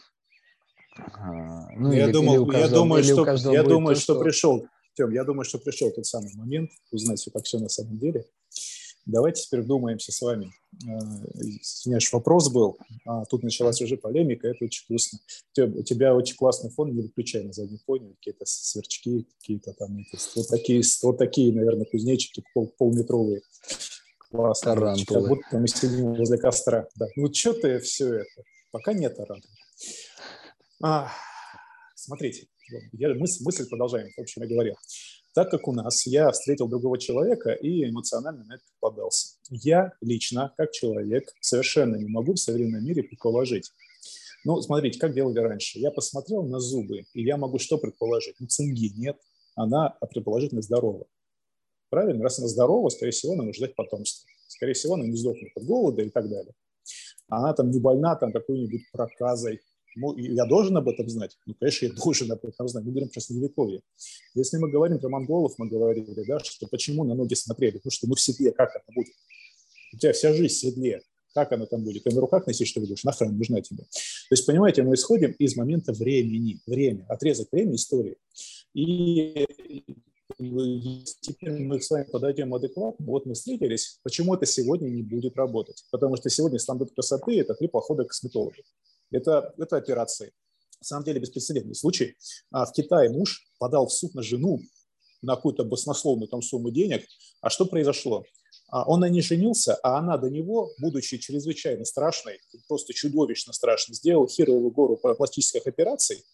Speaker 3: Ну,
Speaker 1: я думаю, что
Speaker 3: пришел.
Speaker 1: Тём, я думаю, что пришел тот самый момент узнать, как все на самом деле. Давайте теперь вдумаемся с вами. Извиняюсь, вопрос был, тут началась уже полемика, это очень грустно. У тебя очень классный фон, не выключай на заднем фоне, какие-то сверчки, какие-то там вот такие, наверное, кузнечики полметровые. Классно.
Speaker 3: Тарантулы.
Speaker 1: Как будто мы сидим возле костра. Да. Ну, что ты все это? Пока нет тарантулы. Смотрите, мысль продолжаем, в общем говоря. Так как у нас я встретил другого человека и эмоционально на это поддался. Я лично, как человек, совершенно не могу в современном мире предположить. Ну, смотрите, как делали раньше. Я посмотрел на зубы, и я могу что предположить? Ну, цинги нет, она предположительно здорова. Правильно? Раз она здорова, скорее всего, она может ждать потомство. Скорее всего, она не сдохнет от голода и так далее. Она там не больна там какой-нибудь проказой. Я должен об этом знать? Ну, конечно, я должен об этом знать. Мы говорим про Средневековье. Если мы говорим про монголов, мы говорили, да, что почему на ноги смотрели? Потому что в седле, как это будет? У тебя вся жизнь в седле. Как она там будет? Ты на руках носишь, что ли, будешь? Нахрен нужна тебе? То есть, понимаете, мы исходим из момента времени. Время, отрезок времени истории. И теперь мы с вами подойдем адекватно. Вот мы встретились. Почему это сегодня не будет работать? Потому что сегодня стандарт красоты – это 3 похода к косметологу. Это операции. На самом деле беспрецедентный случай. В Китае муж подал в суд на жену на какую-то баснословную там сумму денег. А что произошло? Он на ней женился, а она до него, будучи чрезвычайно страшной, просто чудовищно страшной, сделала херовую гору пластических операций,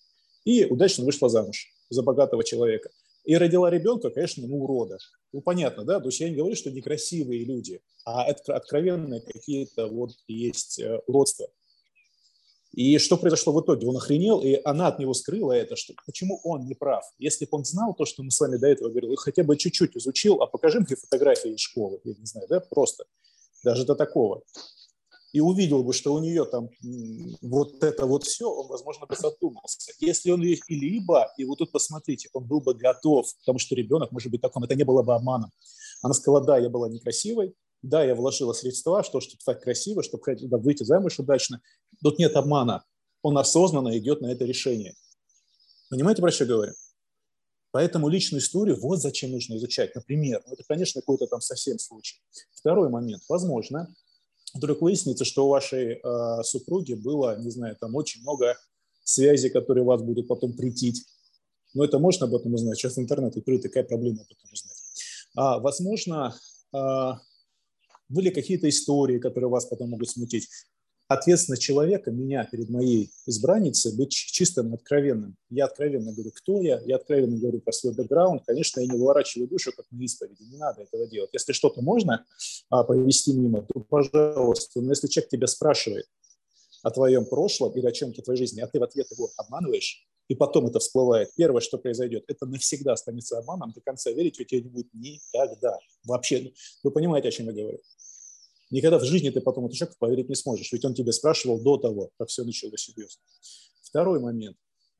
Speaker 1: и удачно вышла замуж за богатого человека. И родила ребенка, конечно, урода. Понятно, да? То есть я не говорю, что некрасивые люди, а это откровенные какие-то вот есть уродства. И что произошло в итоге? Он охренел, и она от него скрыла это, что почему он не прав. Если бы он знал то, что мы с вами до этого говорили, хотя бы чуть-чуть изучил, а покажи мне фотографии из школы, я не знаю, да, просто, даже до такого. И увидел бы, что у нее там вот это вот все, он, возможно, бы задумался. Если он либо, и вот тут посмотрите, он был бы готов, потому что ребенок может быть таком, это не было бы обманом. Она сказала, да, я была некрасивой, да, я вложила средства, чтобы стать красивой, чтобы выйти замуж удачно. Тут нет обмана. Он осознанно идет на это решение. Понимаете, про что я говорю? Поэтому личную историю вот зачем нужно изучать. Например, это, конечно, какой-то там совсем случай. Второй момент. Возможно, вдруг выяснится, что у вашей супруги было, не знаю, там очень много связей, которые вас будут потом претить. Но это можно об этом узнать. Сейчас интернет открыт, какая проблема об этом узнать. Возможно, были какие-то истории, которые вас потом могут смутить. Ответственность человека, меня перед моей избранницей, быть чистым и откровенным. Я откровенно говорю, кто я откровенно говорю про свой бэкграунд. Конечно, я не выворачиваю душу, как на исповеди, не надо этого делать. Если что-то можно повести мимо, то пожалуйста. Но если человек тебя спрашивает о твоем прошлом или о чем-то в твоей жизни, а ты в ответ его обманываешь, и потом это всплывает, первое, что произойдет, это навсегда останется обманом, до конца верить у тебя не будет никогда. Вообще, вы понимаете, о чем я говорю? Никогда в жизни ты потом этому человеку поверить не сможешь, ведь он тебя спрашивал до того, как все началось серьезно. Второй момент.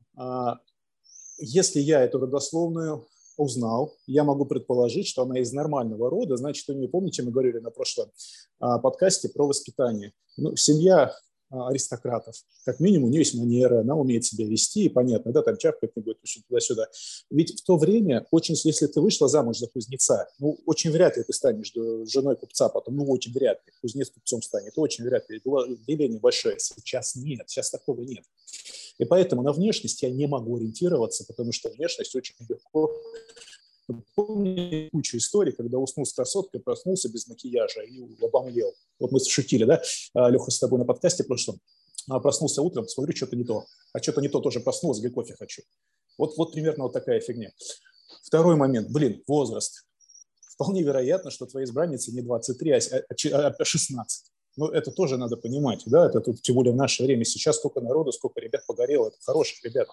Speaker 1: Если я эту родословную узнал, я могу предположить, что она из нормального рода, значит, вы не помните, мы говорили на прошлом подкасте про воспитание. Семья аристократов. Как минимум, у нее есть манера, она умеет себя вести, и понятно, да, там чапкать не будет, туда-сюда. Ведь в то время, если ты вышла замуж за кузнеца, очень вряд ли ты станешь женой купца потом, очень вряд ли. Кузнец купцом станет, очень вряд ли. Деление большое. Сейчас нет, сейчас такого нет. И поэтому на внешность я не могу ориентироваться, потому что внешность очень легко. Помню кучу историй, когда уснул с красоткой, проснулся без макияжа и обомлел. Вот мы шутили, да, Леха, с тобой на подкасте прошлом. Проснулся утром, смотрю, что-то не то. А что-то не то тоже проснулся, говорю, кофе хочу. Вот примерно вот такая фигня. Второй момент. Возраст. Вполне вероятно, что твоя избранница не 23, а 16. Это тоже надо понимать, да, это тут, тем более в наше время. Сейчас сколько народу, сколько ребят погорело, это хороших ребят.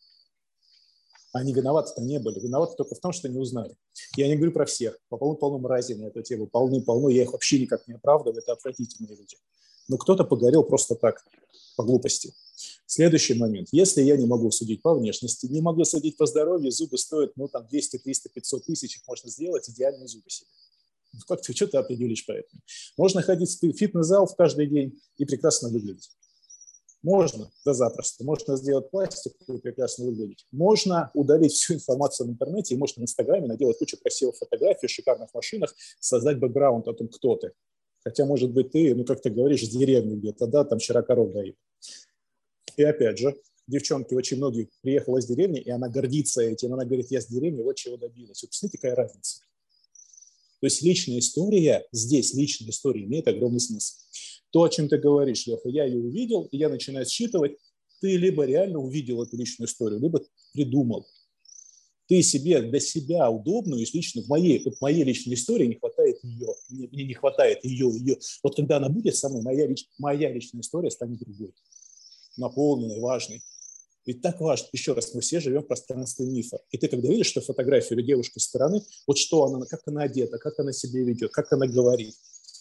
Speaker 1: Они виноваты-то не были. Виноваты только в том, что не узнали. Я не говорю про всех. Полно мрази на эту тему. Полно. Я их вообще никак не оправдываю. Это отвратительные люди. Но кто-то погорел просто так, по глупости. Следующий момент. Если я не могу судить по внешности, не могу судить по здоровью, зубы стоят, 200, 300, 500 тысяч, их можно сделать, идеальные зубы себе. Что ты определишь по этому? Можно ходить в фитнес-зал в каждый день и прекрасно выглядеть. Можно, да запросто. Можно сделать пластику и прекрасно выглядеть. Можно удалить всю информацию в интернете, и можно в Инстаграме наделать кучу красивых фотографий в шикарных машинах, создать бэкграунд о том, кто ты. Хотя, может быть, ты, как ты говоришь, с деревни где-то, да, там вчера коров доит. И опять же, девчонки очень многие приехала из деревни, и она гордится этим. Она говорит, я с деревни, вот чего добилась. Вот посмотрите, какая разница. То есть личная история, здесь личная история имеет огромный смысл. То, о чем ты говоришь, Леха, я ее увидел, и я начинаю считывать, ты либо реально увидел эту личную историю, либо придумал. Ты себе для себя удобную, если лично в моей личной истории не хватает ее, мне не хватает ее. Вот когда она будет со мной, моя личная история станет другой, наполненной, важной. Ведь так важно, еще раз, мы все живем в пространстве мифа. И ты, когда видишь, что фотографию или девушку со стороны, вот что она, как она одета, как она себя ведет, как она говорит,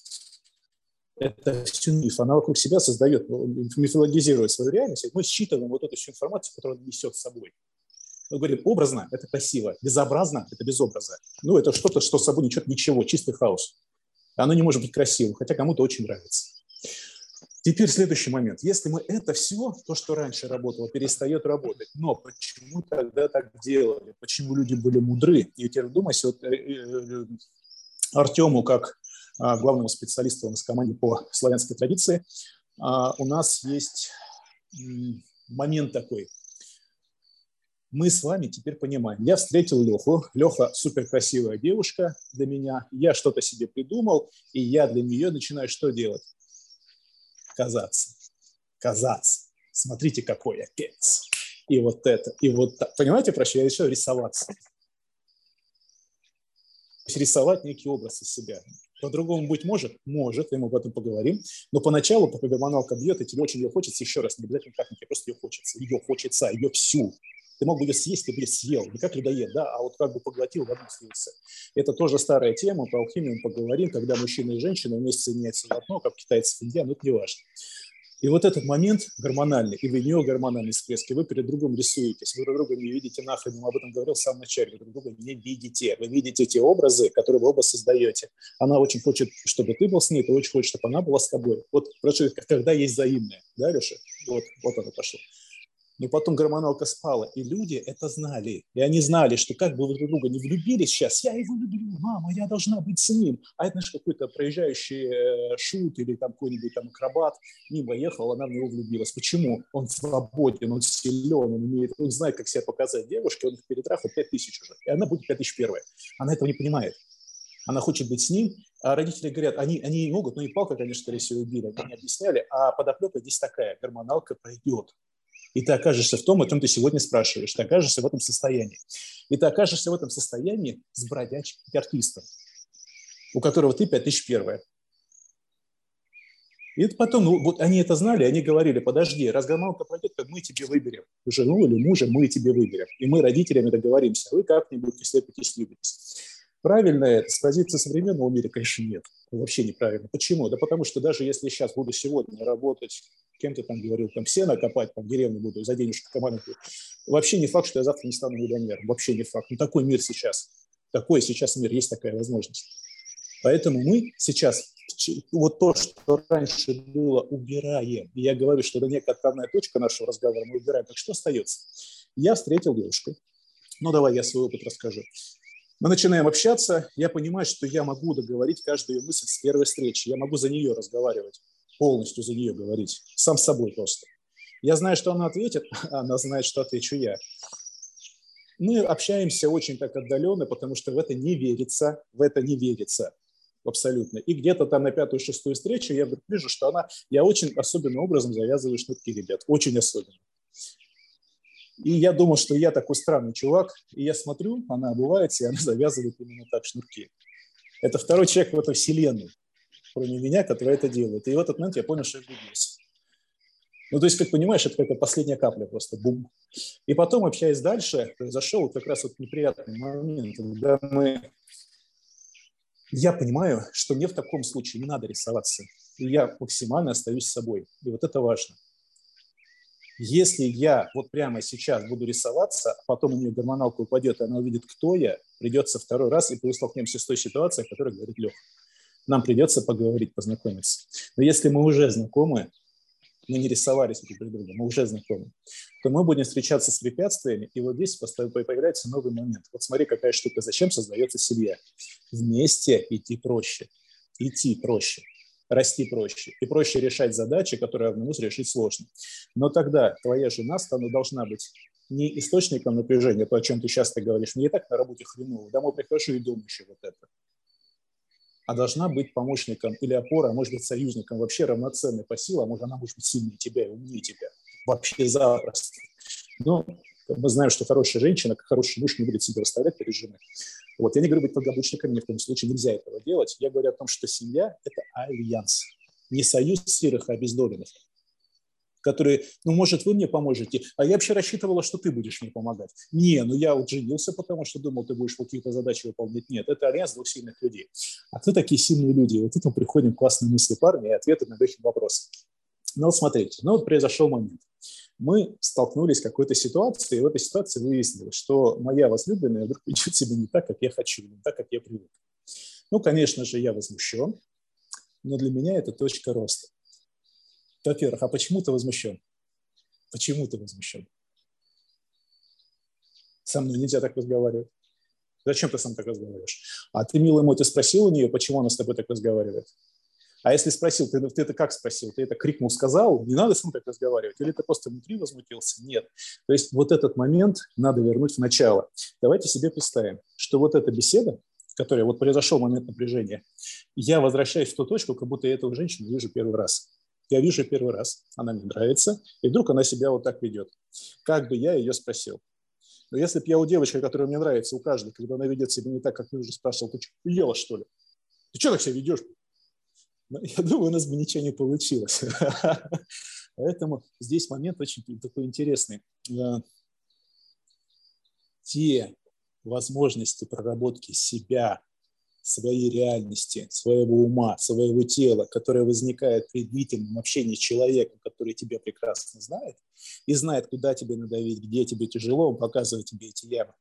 Speaker 1: это все миф. Она вокруг себя создает, мифологизирует свою реальность. Мы считываем вот эту всю информацию, которую она несет с собой. Мы говорим, образно – это красиво, безобразно – это безобразно. Это что-то, что с собой ничего, чистый хаос. Оно не может быть красивым, хотя кому-то очень нравится. Теперь следующий момент. Если мы это все, то, что раньше работало, перестает работать. Но почему тогда так делали? Почему люди были мудры? И теперь вдумайся, вот Артему, как главному специалисту у нас в команде по славянской традиции, у нас есть момент такой. Мы с вами теперь понимаем. Я встретил Леху. Леха суперкрасивая девушка для меня. Я что-то себе придумал, и я для нее начинаю что делать? Казаться. Смотрите, какой я перец. и вот это, и вот так. Понимаете, про что я решил рисоваться? Рисовать некий образ из себя. По-другому быть может? Может, и мы об этом поговорим. Но поначалу, пока гормоналка бьет, и тебе очень ее хочется, еще раз, не обязательно как-нибудь, тебе просто ее хочется, ее всю. Ты мог бы ее съесть, ты бы ее съел. Не как людоед, да, а вот как бы поглотил, в одном слился. Это тоже старая тема, по алхимии мы поговорим, когда мужчина и женщина вместе соединяются в одно, как китайцы в Индии, но это не важно. И вот этот момент гормональный, и в нее гормональные всплески, вы перед другом рисуетесь, вы друг друга не видите нахрен, я об этом говорил в самом начале, вы друг друга не видите, вы видите те образы, которые вы оба создаете. Она очень хочет, чтобы ты был с ней, ты очень хочешь, чтобы она была с тобой. Вот когда есть взаимное, да, Леша? Вот оно пошло. Но потом гормоналка спала, и люди это знали. И они знали, что как бы вы друг друга не влюбились сейчас, я его люблю, мама, я должна быть с ним. А это, знаешь, какой-то проезжающий шут или там какой-нибудь там акробат мимо ехал, она в него влюбилась. Почему? Он свободен, он силен, он знает, как себя показать девушке, он их перетрахал 5000 уже, и она будет 5001. Она этого не понимает. Она хочет быть с ним, а родители говорят, они не могут, и палка, конечно, скорее всего, убили, они не объясняли, а подоплека здесь такая, гормоналка пройдет. И ты окажешься в том, о чем ты сегодня спрашиваешь. Ты окажешься в этом состоянии. И ты окажешься в этом состоянии с бродячим артистом, у которого ты 5001. И потом, вот они это знали, они говорили, подожди, раз гормоналка пройдет, мы тебе выберем жену или мужа, мы тебе выберем. И мы родителями договоримся, вы как-нибудь, если слюбитесь. Правильно это с позиции современного мира, конечно, нет. Вообще неправильно. Почему? Да потому что даже если сейчас буду сегодня работать, кем-то там говорил, там сено копать, там в деревне буду за денежку командую, вообще не факт, что я завтра не стану миллионером. Вообще не факт. Такой мир сейчас. Такой сейчас мир, есть такая возможность. Поэтому мы сейчас вот то, что раньше было, убираем. И я говорю, что это некая отправная точка нашего разговора, мы убираем. Так что остается? Я встретил девушку. Давай я свой опыт расскажу. Мы начинаем общаться, я понимаю, что я могу договорить каждую ее мысль с первой встречи, я могу за нее разговаривать, полностью за нее говорить, сам с собой просто. Я знаю, что она ответит, а она знает, что отвечу я. Мы общаемся очень так отдаленно, потому что в это не верится абсолютно. И где-то там на 5-6 встречу я вдруг вижу, что я очень особенным образом завязываю шнурки, ребят, очень особенно. И я думал, что я такой странный чувак, и я смотрю, она обувается, и она завязывает именно так шнурки. Это второй человек в этой вселенной, кроме меня, который это делает. И в этот момент я понял, что я влюбился. То есть, как понимаешь, это какая-то последняя капля просто, бум. И потом, общаясь дальше, произошел как раз вот неприятный момент, когда я понимаю, что мне в таком случае не надо рисоваться. И я максимально остаюсь собой. И вот это важно. Если я вот прямо сейчас буду рисоваться, а потом у нее гормоналка упадет, и она увидит, кто я, придется второй раз, и мы столкнемся с той ситуацией, о которой говорит Леха. Нам придется поговорить, познакомиться. Но если мы уже знакомы, мы не рисовались друг друг друга, мы уже знакомы, то мы будем встречаться с препятствиями, и вот здесь появляется новый момент. Вот смотри, какая штука, зачем создается семья. Вместе идти проще. Расти проще. И проще решать задачи, которые одному решить сложно. Но тогда твоя жена должна быть не источником напряжения, то, о чем ты часто говоришь, мне и так на работе хреново, домой прихожу и думаю еще вот это. А должна быть помощником или опорой, а может быть союзником, вообще равноценной по силам, может она может быть сильнее тебя и умнее тебя. Вообще запросто. Но мы знаем, что хорошая женщина, как хороший муж, не будет себя выставлять перед женой. Вот. Я не говорю быть подготовщиком, ни в коем случае нельзя этого делать. Я говорю о том, что семья – это альянс. Не союз серых и обездоленных, которые, может, вы мне поможете, а я вообще рассчитывала, что ты будешь мне помогать. Не, я вот женился, потому что думал, ты будешь какие-то задачи выполнять. Нет, это альянс двух сильных людей. А кто такие сильные люди? Вот тут мы приходим к классной мысли парня и ответы на их вопросы. Вот смотрите, произошел момент. Мы столкнулись с какой-то ситуацией, и в этой ситуации выяснилось, что моя возлюбленная вдруг ведет себя не так, как я хочу, не так, как я привык. Конечно же, я возмущен, но для меня это точка роста. Во-первых, а почему ты возмущен? Почему ты возмущен? Со мной нельзя так разговаривать. Зачем ты сам так разговариваешь? А ты, милый мой, ты спросил у нее, почему она с тобой так разговаривает? А если спросил, ты это как спросил? Ты это крикнул, сказал? Не надо с ним так разговаривать? Или ты просто внутри возмутился? Нет. То есть вот этот момент надо вернуть в начало. Давайте себе представим, что вот эта беседа, в которой вот произошел момент напряжения, я возвращаюсь в ту точку, как будто я эту женщину вижу первый раз. Я вижу первый раз, она мне нравится, и вдруг она себя вот так ведет. Как бы я ее спросил? Но если бы я у девочки, которая мне нравится, у каждой, когда она ведет себя не так, как ты уже спрашивал, ты что, ела, что ли? Ты что так себя ведешь? Я думаю, у нас бы ничего не получилось. Поэтому здесь момент очень такой интересный. Те возможности проработки себя, своей реальности, своего ума, своего тела, которое возникает при длительном общении с человеком, который тебя прекрасно знает и знает, куда тебе надавить, где тебе тяжело, он показывает тебе эти ямы.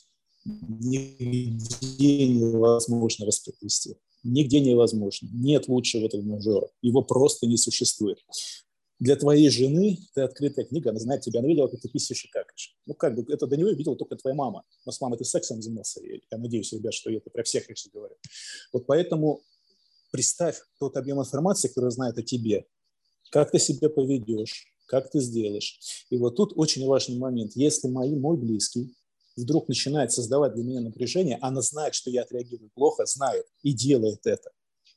Speaker 1: Нигде невозможно воспроизвести. Нигде невозможно. Нет лучшего тренажера. Его просто не существует. Для твоей жены ты открытая книга, она знает тебя, она видела, как ты писаешь и какаешь. Ну, как бы, это до него видела только твоя мама. Но с мамой ты сексом занимался. Я надеюсь, ребят, что это про всех, конечно, говорю. Вот поэтому представь тот объем информации, который знает о тебе, как ты себя поведешь, как ты сделаешь. И вот тут очень важный момент. Если мой близкий вдруг начинает создавать для меня напряжение, она знает, что я отреагирую плохо, знает и делает это.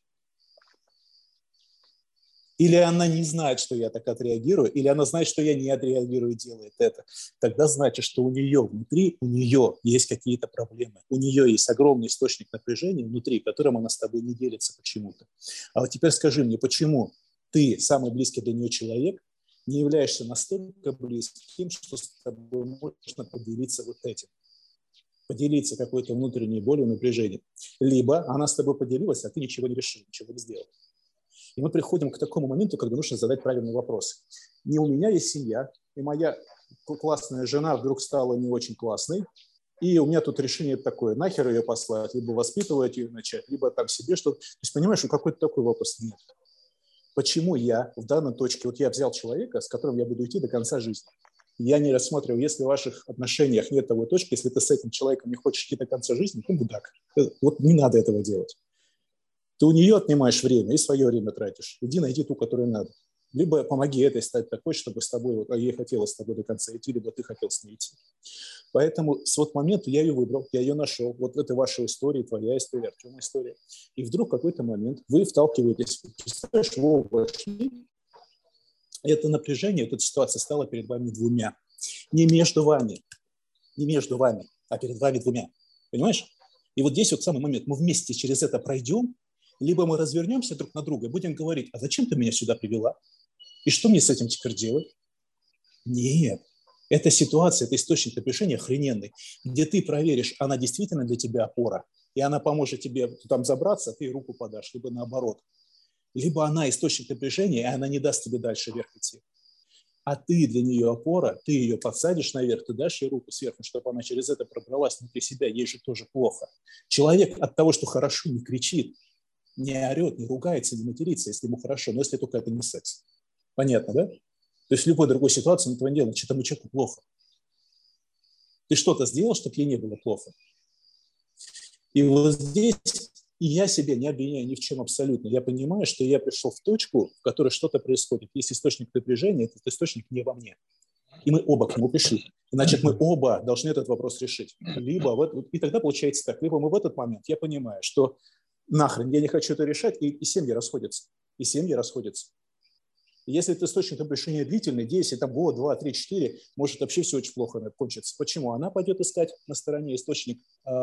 Speaker 1: Или она не знает, что я так отреагирую, или она знает, что я не отреагирую и делает это. Тогда значит, что у нее внутри, у нее есть какие-то проблемы. У нее есть огромный источник напряжения внутри, которым она с тобой не делится почему-то. А вот теперь скажи мне, почему ты, самый близкий для нее человек, не являешься настолько близким, что с тобой можно поделиться вот этим? Поделиться какой-то внутренней болью, напряжением. Либо она с тобой поделилась, а ты ничего не решил, ничего не сделал. И мы приходим к такому моменту, когда нужно задать правильный вопрос. Не у меня есть семья, и моя классная жена вдруг стала не очень классной, и у меня тут решение такое, нахер ее послать, либо воспитывать ее начать, либо там себе что-то. То есть, понимаешь, какой-то такой вопрос нет. Почему я в данной точке, вот я взял человека, с которым я буду идти до конца жизни. Я не рассматриваю, если в ваших отношениях нет того точки, если ты с этим человеком не хочешь идти до конца жизни, то мудак. Вот не надо этого делать. Ты у нее отнимаешь время и свое время тратишь. Иди найди ту, которую надо. Либо помоги этой стать такой, чтобы с тобой, вот, ей хотелось с тобой до конца идти, либо ты хотел с ней идти. Поэтому с вот момента я ее выбрал, я ее нашел. Вот это ваша история, твоя история, Артема история. И вдруг в какой-то момент вы вталкиваетесь, представляешь, вы вошли, это напряжение, эта ситуация стала перед вами двумя. Не между вами, а перед вами двумя. Понимаешь? И вот здесь вот самый момент. Мы вместе через это пройдем, либо мы развернемся друг на друга и будем говорить, а зачем ты меня сюда привела? И что мне с этим теперь делать? Нет. Эта ситуация, это источник напряжения охрененный, где ты проверишь, она действительно для тебя опора, и она поможет тебе там забраться, ты ей руку подашь, либо наоборот. Либо она источник напряжения, и она не даст тебе дальше вверх идти. А ты для нее опора, ты ее подсадишь наверх, ты дашь ей руку сверху, чтобы она через это пробралась внутри себя, ей же тоже плохо. Человек от того, что хорошо, не кричит, не орет, не ругается, не матерится, если ему хорошо, но если только это не секс. Понятно, да? То есть в любой другой ситуации на твоем деле, что тому человеку плохо. Ты что-то сделал, чтобы ей не было плохо. И вот здесь и я себя не обвиняю ни в чем абсолютно. Я понимаю, что я пришел в точку, в которой что-то происходит. Есть источник напряжения, этот источник не во мне. И мы оба к нему пришли. Значит, мы оба должны этот вопрос решить. И тогда получается так. Либо мы в этот момент, я понимаю, что нахрен, я не хочу это решать, и семьи расходятся. Если это источник напряжения длительный, 10, там, год, 2, 3, 4, может вообще все очень плохо кончится. Почему? Она пойдет искать на стороне источник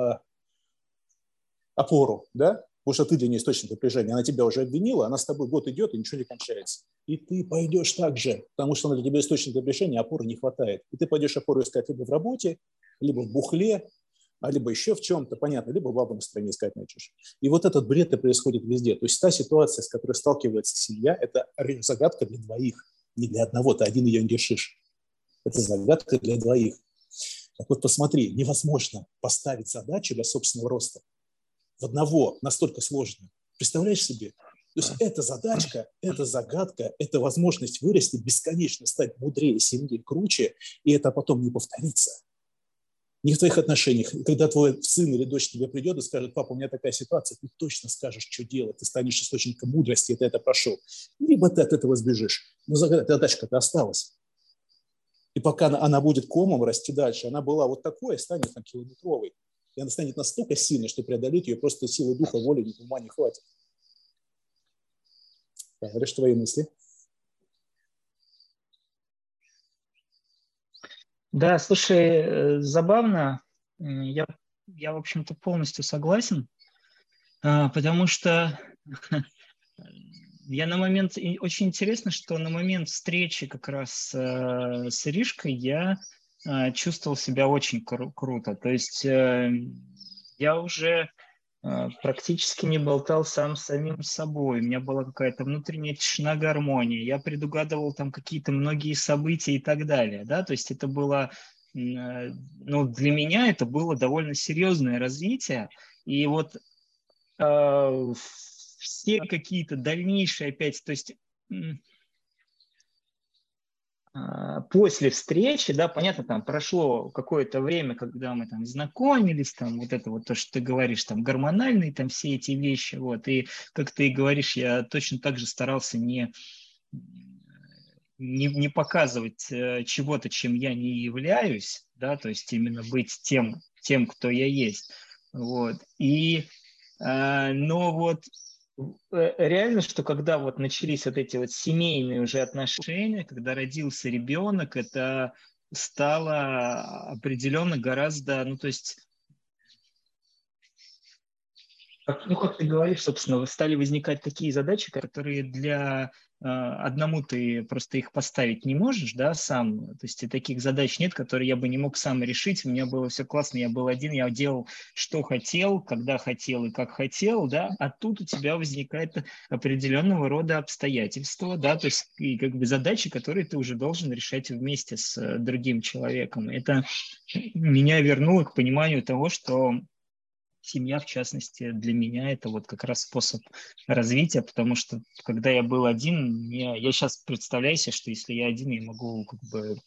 Speaker 1: опору, да? Потому что ты для нее источник напряжения. Она тебя уже обвинила, она с тобой год идет, и ничего не кончается. И ты пойдешь так же, потому что она для тебя источник напряжения, опоры не хватает. И ты пойдешь опору искать либо в работе, либо в бухле, либо еще в чем-то, понятно, либо бабу на стороне искать начнешь. И вот этот бред и происходит везде. То есть та ситуация, с которой сталкивается семья, это загадка для двоих, не для одного, ты один ее не решишь. Это загадка для двоих. Так вот посмотри, невозможно поставить задачу для собственного роста в одного настолько сложную. Представляешь себе? То есть это задачка, это загадка, это возможность вырасти, бесконечно стать мудрее, сильнее, круче, и это потом не повторится. Не в твоих отношениях. Когда твой сын или дочь тебе придет и скажет: папа, у меня такая ситуация, ты точно скажешь, что делать, ты станешь источником мудрости, и ты это прошел. Либо ты от этого сбежишь. Но задачка-то осталась. И пока она будет комом расти дальше, она была вот такой, станет там километровой. И она станет настолько сильной, что преодолеть ее просто силы духа, воли, ума не хватит. Говоришь, твои мысли?
Speaker 2: Да, слушай, забавно. Я, в общем-то, полностью согласен, потому что я на момент... Очень интересно, что на момент встречи как раз с Иришкой я чувствовал себя очень круто. То есть я уже практически не болтал сам с самим собой. У меня была какая-то внутренняя тишина, гармония. Я предугадывал там какие-то многие события и так далее. Да? То есть это было... Ну, для меня это было довольно серьезное развитие. И вот все какие-то дальнейшие опять, то есть после встречи, да, понятно, там прошло какое-то время, когда мы там знакомились, там вот это вот то, что ты говоришь, там гормональные, там все эти вещи, вот, и как ты говоришь, я точно так же старался не показывать чего-то, чем я не являюсь, да, то есть именно быть тем, кто я есть, вот, и, но вот реально, что когда вот начались вот эти вот семейные уже отношения, когда родился ребенок, это стало определенно гораздо, ну, то есть, ну, как ты говоришь, собственно, стали возникать такие задачи, которые для одному ты просто их поставить не можешь, да, сам. То есть и таких задач нет, которые я бы не мог сам решить. У меня было все классно, я был один, я делал, что хотел, когда хотел и как хотел, да. А тут у тебя возникает определенного рода обстоятельства, да, то есть и как бы задачи, которые ты уже должен решать вместе с другим человеком. Это меня вернуло к пониманию того, что семья, в частности, для меня это вот как раз способ развития, потому что когда я был один, я сейчас представляю себе, что если я один, я могу как бы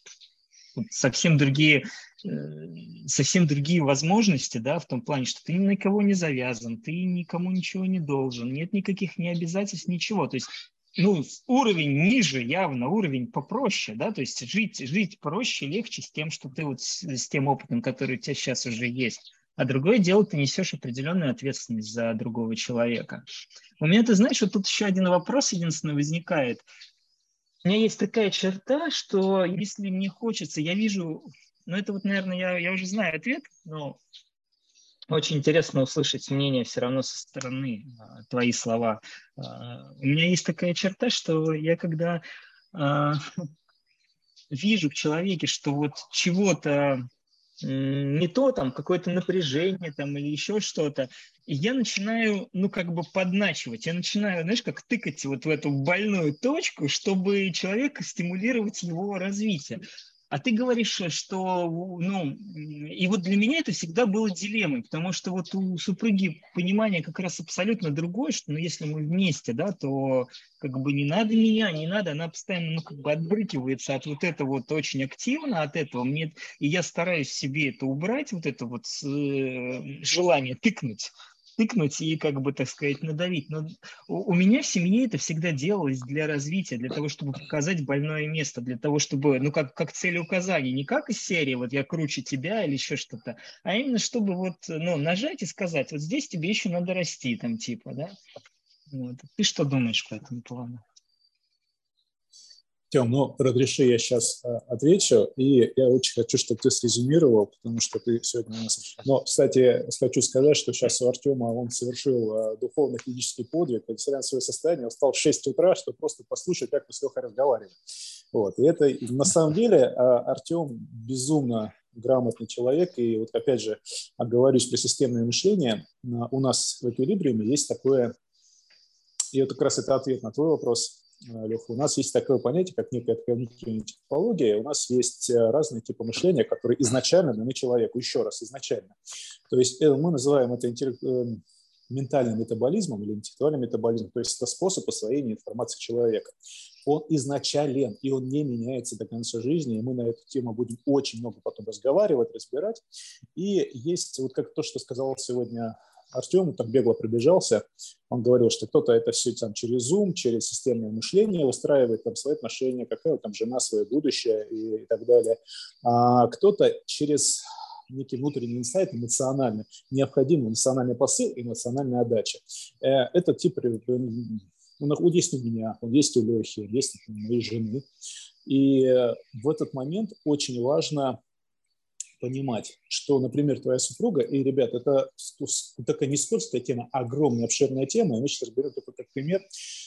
Speaker 2: совсем другие возможности, да, в том плане, что ты ни на кого не завязан, ты никому ничего не должен, нет никаких ни обязательств, ничего. То есть ну, уровень ниже явно, уровень попроще, да, то есть жить проще, легче с тем, что ты вот с тем опытом, который у тебя сейчас уже есть. А другое дело, ты несешь определенную ответственность за другого человека. У меня, ты знаешь, вот тут еще один вопрос единственный возникает. У меня есть такая черта, что если мне хочется, я вижу, ну это вот, наверное, я уже знаю ответ, но очень интересно услышать мнение все равно со стороны, твои слова. У меня есть такая черта, что я когда вижу в человеке, что вот чего-то не то, там, какое-то напряжение там или еще что-то, и я начинаю, ну, как бы подначивать, я начинаю, знаешь, как тыкать вот в эту больную точку, чтобы человека стимулировать его развитие. А ты говоришь, что, ну, и вот для меня это всегда было дилеммой, потому что вот у супруги понимание как раз абсолютно другое, что, ну, если мы вместе, да, то как бы не надо меня, не надо, она постоянно, ну, как бы отбрыкивается от вот этого вот очень активно, от этого мне, и я стараюсь себе это убрать, вот это вот желание тыкнуть и, как бы, так сказать, надавить. Но у меня в семье это всегда делалось для развития, для того, чтобы показать больное место, для того, чтобы, ну, как целеуказание, не как из серии, вот я круче тебя или еще что-то, а именно, чтобы вот, ну, нажать и сказать, вот здесь тебе еще надо расти, там, типа, да. Вот. Ты что думаешь по этому плану?
Speaker 1: Тем, ну, разреши, я сейчас отвечу, и я очень хочу, чтобы ты срезюмировал, потому что ты сегодня у нас... Но, кстати, хочу сказать, что сейчас у Артема он совершил духовно-физический подвиг, несмотря на свое состояние, он встал в 6 утра, чтобы просто послушать, как мы с Лехой разговариваем. Вот. И это, на самом деле, Артем безумно грамотный человек, и вот опять же, оговорюсь про системное мышление, у нас в Эквилибриуме есть такое, и вот как раз это ответ на твой вопрос, Леха, у нас есть такое понятие, как некая когнитивная типология, у нас есть разные типы мышления, которые изначально даны человеку, еще раз, изначально. То есть мы называем это ментальным метаболизмом или интеллектуальным метаболизмом, то есть это способ освоения информации человека. Он изначален, и он не меняется до конца жизни, и мы на эту тему будем очень много потом разговаривать, разбирать. И есть вот как то, что сказал сегодня Артем, так бегло пробежался, он говорил, что кто-то это все там через Zoom, через системное мышление устраивает там свои отношения, какая там жена, свое будущее и так далее. А кто-то через некий внутренний инсайт, эмоциональный, необходимый эмоциональный посыл и эмоциональная отдача. Этот тип он есть у меня, он есть у Лехи, есть у моей жены. И в этот момент очень важно понимать, что, например, твоя супруга, и, ребят, это такая не скользкая тема, а огромная, обширная тема, и мы сейчас разберем такой как пример,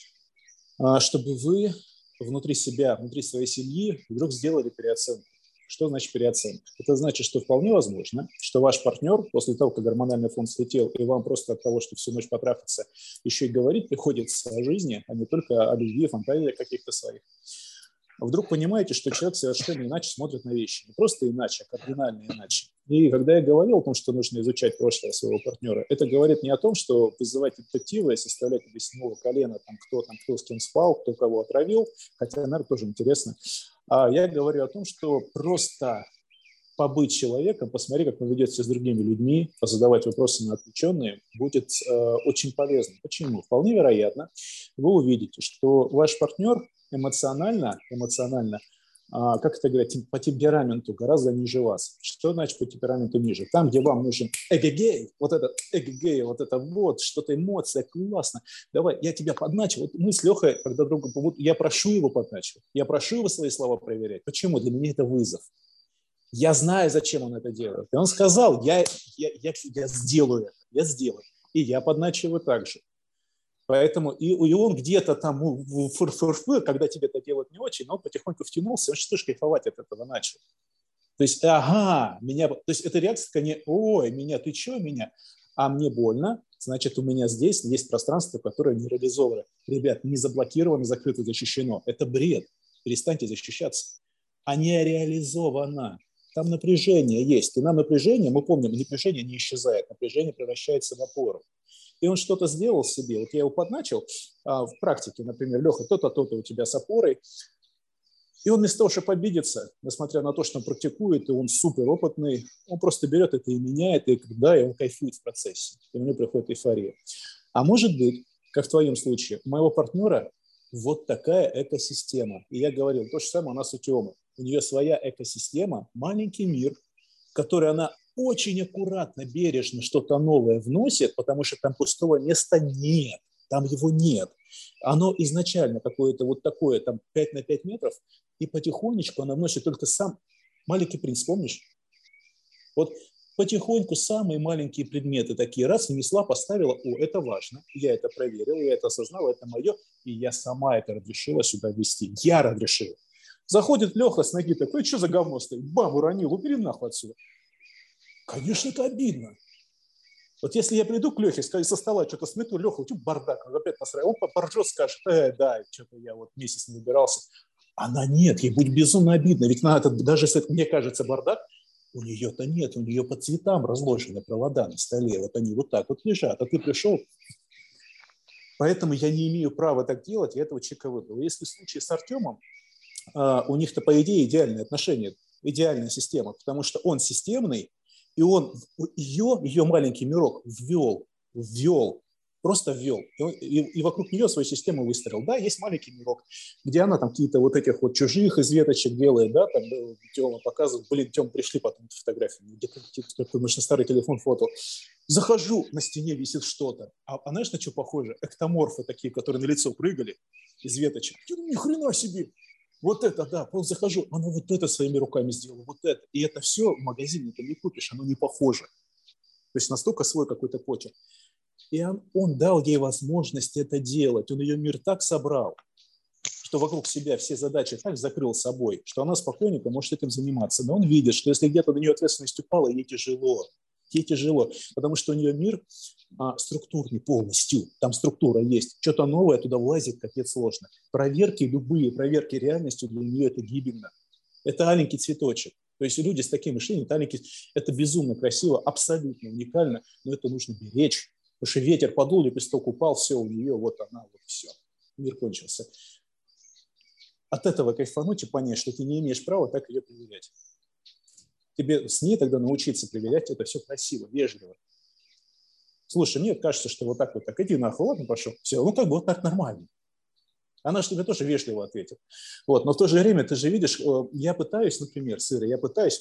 Speaker 1: чтобы вы внутри себя, внутри своей семьи вдруг сделали переоценку. Что значит переоценка? Это значит, что вполне возможно, что ваш партнер после того, как гормональный фон слетел, и вам просто от того, что всю ночь потрахаться, еще и говорить приходится о жизни, а не только о любви, фантазиях каких-то своих. Вдруг понимаете, что человек совершенно иначе смотрит на вещи. Не просто иначе, а кардинально иначе. И когда я говорил о том, что нужно изучать прошлое своего партнера, это говорит не о том, что вызывать детективы и составлять из седьмого колена, кто с кем спал, кто кого отравил, хотя, наверное, тоже интересно. А я говорю о том, что просто побыть человеком, посмотри, как он ведет себя с другими людьми, задавать вопросы на отвлеченные, будет очень полезно. Почему? Вполне вероятно, вы увидите, что ваш партнер эмоционально, как это говорить, по темпераменту гораздо ниже вас. Что значит по темпераменту ниже? Там, где вам нужен эгегей, вот это вот, что-то эмоция, классно. Давай, я тебя подначу. Вот мы с Лехой, когда друг другу, я прошу его подначивать, я прошу его свои слова проверять. Почему? Для меня это вызов. Я знаю, зачем он это делает. И он сказал, я сделаю это, я сделаю. И я подначиваю так же. Поэтому и он где-то там, когда тебе это делать не очень, но он потихоньку втянулся, он что ж кайфовать от этого начал. То есть, то есть это реакция не, ой, меня, ты что, меня? А мне больно, значит, у меня здесь есть пространство, которое не реализовано. Ребят, не заблокировано, закрыто, защищено. Это бред. Перестаньте защищаться. А не реализовано. Там напряжение есть. И на напряжение, мы помним, напряжение не исчезает, напряжение превращается в опору. И он что-то сделал себе. Вот я его подначил в практике, например, Леха, то-то у тебя с опорой. И он вместо того, чтобы обидеться, несмотря на то, что он практикует, и он суперопытный, он просто берет это и меняет, и он кайфует в процессе. И у него приходит эйфория. А может быть, как в твоем случае, у моего партнера вот такая экосистема. И я говорил, то же самое у нас у Тёмы. У нее своя экосистема, маленький мир, в который она очень аккуратно, бережно что-то новое вносит, потому что там пустого места нет, там его нет. Оно изначально какое-то вот такое, там 5 на 5 метров, и потихонечку она вносит только сам маленький принц, помнишь? Вот потихоньку самые маленькие предметы такие, раз, внесла, поставила, это важно, я это проверила, я это осознала, это мое, и я сама это разрешила сюда ввести, я разрешила. Заходит Леха с ноги такой, что за говно стоит? Бам, уронил, убери нахуй отсюда. Конечно, это обидно. Вот если я приду к Лехе, скажу, со стола что-то смету, Леха, у тебя бардак, он опять насрать. Он поржет, скажет, да, что-то я вот месяц не убирался. Она нет, ей будет безумно обидно. Ведь надо, даже если это, мне кажется, бардак, у нее-то нет, у нее по цветам разложены провода на столе. Вот они вот так вот лежат. А ты пришел, поэтому я не имею права так делать, я этого человека выбрал. Если в случае с Артемом, у них-то, по идее, идеальные отношения, идеальная система, потому что он системный, и он ее маленький мирок ввел, просто ввел. И вокруг нее свою систему выстроил. Да, есть маленький мирок, где она там какие-то вот этих вот чужих из веточек делает, да, там Тёма показывает, Тём, пришли потом фотографии, где-то какой старый телефон фото. Захожу, на стене висит что-то. А знаешь, на что похоже? Эктоморфы такие, которые на лицо прыгали из веточек. Ни хрена себе! Вот это, да, захожу, она вот это своими руками сделала, вот это. И это все в магазине ты не купишь, оно не похоже. То есть настолько свой какой-то почерк. И он дал ей возможность это делать. Он ее мир так собрал, что вокруг себя все задачи так закрыл собой, что она спокойненько может этим заниматься. Но он видит, что если где-то на нее ответственность упала, ей тяжело. Ей тяжело, потому что у нее мир структурный полностью. Там структура есть. Что-то новое туда влазит, капец сложно. Любые проверки реальностью для нее это гибельно. Это аленький цветочек. То есть люди с таким мышлением, это безумно красиво, абсолютно уникально, но это нужно беречь. Потому что ветер подул, лепесток упал, все, у нее вот она, вот все. Мир кончился. От этого кайфануть и понять, что ты не имеешь права так ее проверять. Тебе с ней тогда научиться проверять это все красиво, вежливо. Слушай, мне кажется, что вот так, иди нахуй, ладно, пошел. Все, как бы вот так нормально. Она же тебе тоже вежливо ответит. Вот, но в то же время ты же видишь, я пытаюсь, например, с Ирой,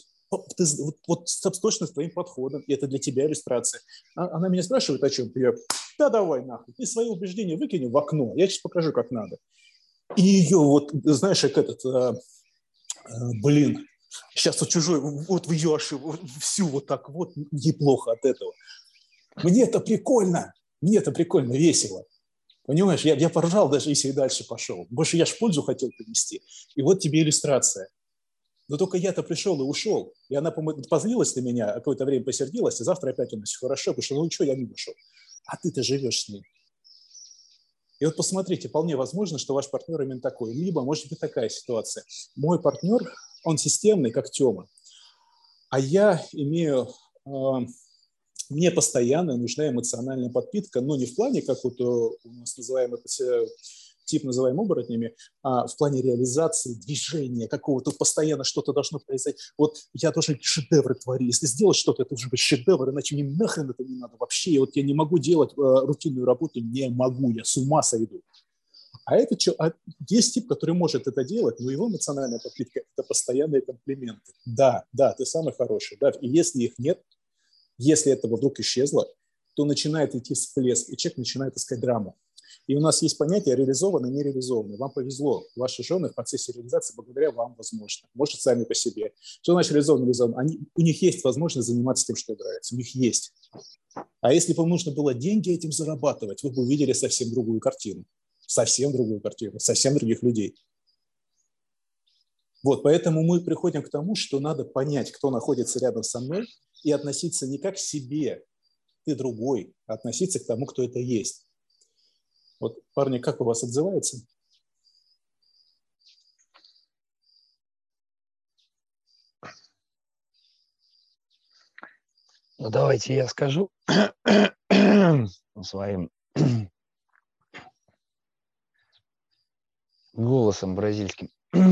Speaker 1: точно с твоим подходом, и это для тебя иллюстрация. Она меня спрашивает о чем-то, я, да давай нахуй, ты свои убеждения выкинь в окно, я сейчас покажу, как надо. И ее вот, знаешь, как Сейчас вот чужой, вот в ее ошибку, всю вот так вот, ей плохо от этого. Мне это прикольно, весело. Понимаешь, я поржал даже, если и дальше пошел. Больше я ж пользу хотел принести. И вот тебе иллюстрация. Но только я-то пришел и ушел. И она позлилась на меня, какое-то время посердилась, и завтра опять у нас все хорошо, потому что, ну что, я не вышел. А ты-то живешь с ней. И вот посмотрите, вполне возможно, что ваш партнер именно такой. Либо может быть такая ситуация. Мой партнер, он системный, как Тёма. А я имею... Мне постоянно нужна эмоциональная подпитка, но не в плане, как вот у нас называемый тип называем оборотнями, а в плане реализации, движения какого-то, постоянно что-то должно произойти. Вот я должен шедевры творить. Если сделать что-то, это должен быть шедевр, иначе мне нахрен это не надо вообще. Вот я не могу делать рутинную работу, не могу, я с ума сойду. А есть тип, который может это делать, но его эмоциональная подпитка – это постоянные комплименты. Да, ты самый хороший. Да. И если их нет, если это вдруг исчезло, то начинает идти всплеск, и человек начинает искать драму. И у нас есть понятие реализованный и нереализованный. Вам повезло, ваши жены в процессе реализации благодаря вам, возможно. Может, сами по себе. Что значит реализованный? У них есть возможность заниматься тем, что нравится. У них есть. А если бы вам нужно было деньги этим зарабатывать, вы бы увидели совсем другую картину. Совсем других людей. Вот, поэтому мы приходим к тому, что надо понять, кто находится рядом со мной, и относиться не как к себе, ты другой, а относиться к тому, кто это есть. Вот, парни, как у вас отзывается?
Speaker 3: Ну, давайте я скажу своим голосом бразильским.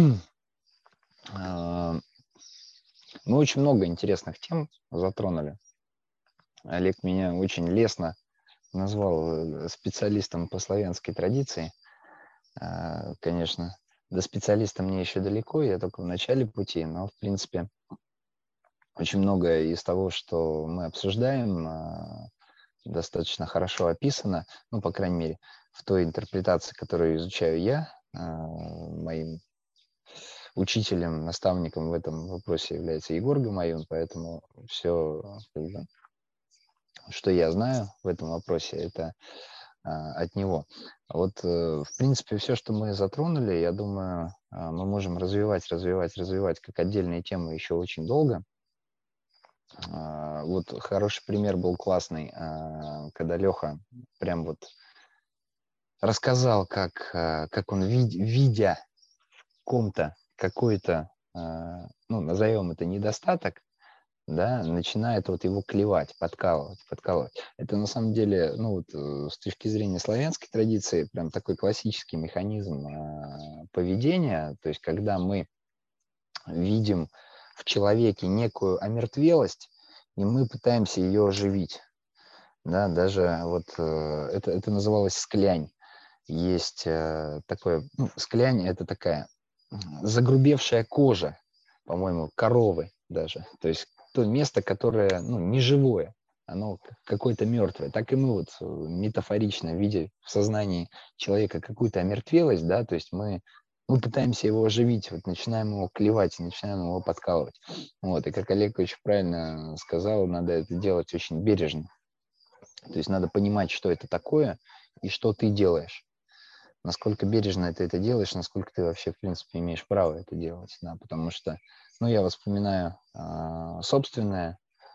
Speaker 3: Мы очень много интересных тем затронули. Олег меня очень лестно назвал специалистом по славянской традиции. Конечно, до специалиста мне еще далеко, я только в начале пути, но, в принципе, очень многое из того, что мы обсуждаем, достаточно хорошо описано, ну, по крайней мере, в той интерпретации, которую изучаю я. Моим учителем, наставником в этом вопросе является Егор Гамаюн, поэтому все, что я знаю в этом вопросе, это от него. Вот, в принципе, все, что мы затронули, я думаю, мы можем развивать как отдельные темы еще очень долго. Вот хороший пример был классный, когда Леха прям вот рассказал, как он, видя в ком-то какой-то, ну, назовем это недостаток, да, начинает вот его клевать, подкалывать. Это на самом деле, ну, вот, с точки зрения славянской традиции, прям такой классический механизм поведения, то есть когда мы видим в человеке некую омертвелость, и мы пытаемся ее оживить. Да, даже вот это называлось склянь. Есть такое, ну, склянь – это такая загрубевшая кожа, по-моему, коровы даже. То есть то место, которое, ну, не живое, оно какое-то мертвое. Так и мы вот метафорично, видя в сознании человека какую-то омертвелость, да, то есть мы пытаемся его оживить, вот начинаем его клевать, начинаем его подкалывать. Вот, и как Олег очень правильно сказал, надо это делать очень бережно. То есть надо понимать, что это такое и что ты делаешь. Насколько бережно ты это делаешь, насколько ты вообще, в принципе, имеешь право это делать. Да? Потому что, ну, я вспоминаю собственное,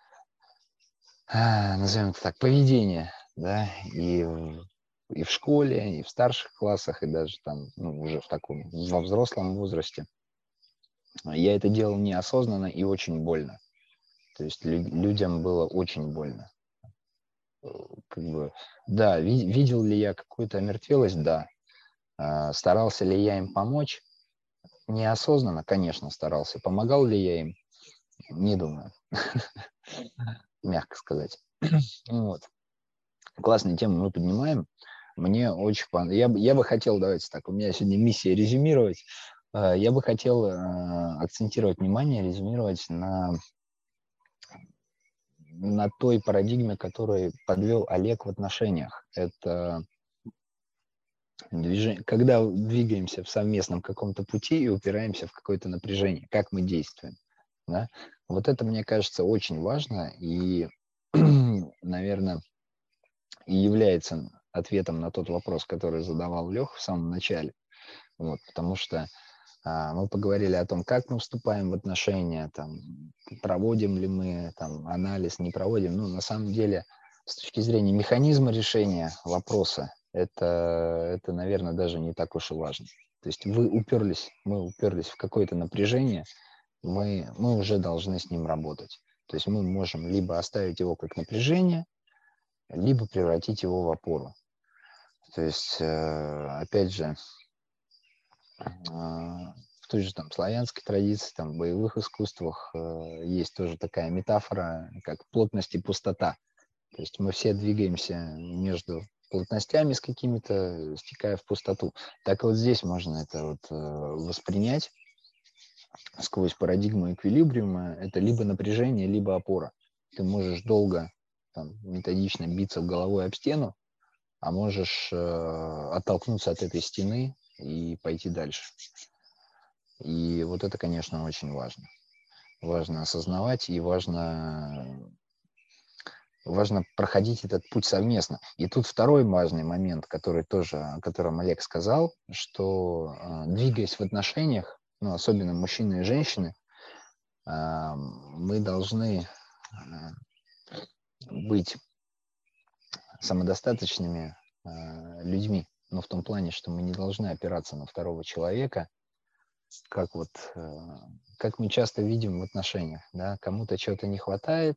Speaker 3: назовем это так, поведение, да, и в школе, и в старших классах, и даже там, ну, уже во взрослом возрасте. Я это делал неосознанно и очень больно. То есть людям было очень больно. Как бы, да, видел ли я какую-то омертвелость? Да. Старался ли я им помочь? Неосознанно, конечно, старался. Помогал ли я им? Не думаю. Мягко сказать. Вот. Классные темы мы поднимаем. Мне очень понравилось. Я бы хотел, давайте так, у меня сегодня миссия резюмировать. Я бы хотел акцентировать внимание, резюмировать на той парадигме, которую подвел Олег в отношениях. Это когда двигаемся в совместном каком-то пути и упираемся в какое-то напряжение, как мы действуем. Да? Вот это, мне кажется, очень важно и, наверное, и является ответом на тот вопрос, который задавал Леха в самом начале. Вот, потому что мы поговорили о том, как мы вступаем в отношения, там, проводим ли мы там, анализ, не проводим. Ну, на самом деле, с точки зрения механизма решения вопроса, это, наверное, даже не так уж и важно. То есть мы уперлись в какое-то напряжение, мы уже должны с ним работать. То есть мы можем либо оставить его как напряжение, либо превратить его в опору. То есть, опять же, в той же там славянской традиции, там, в боевых искусствах есть тоже такая метафора, как плотность и пустота. То есть мы все двигаемся между плотностями с какими-то, стекая в пустоту. Так вот здесь можно это вот воспринять сквозь парадигму эквилибриума. Это либо напряжение, либо опора. Ты можешь долго там, методично биться головой об стену, а можешь оттолкнуться от этой стены и пойти дальше. И вот это, конечно, очень важно. Важно осознавать и важно проходить этот путь совместно. И тут второй важный момент, который тоже, о котором Олег сказал, что двигаясь в отношениях, ну, особенно мужчины и женщины, мы должны быть самодостаточными людьми, но в том плане, что мы не должны опираться на второго человека, как мы часто видим в отношениях, да, кому-то чего-то не хватает,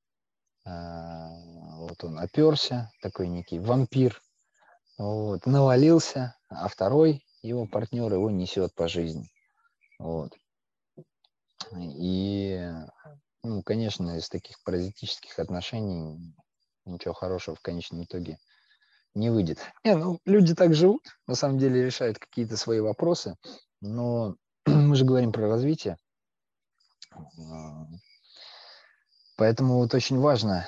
Speaker 3: вот он оперся, такой некий вампир, вот, навалился, а второй, его партнер, его несет по жизни, вот. И, ну, конечно, из таких паразитических отношений ничего хорошего в конечном итоге не выйдет. Ну, люди так живут, на самом деле решают какие-то свои вопросы, но мы же говорим про развитие, поэтому вот очень важно,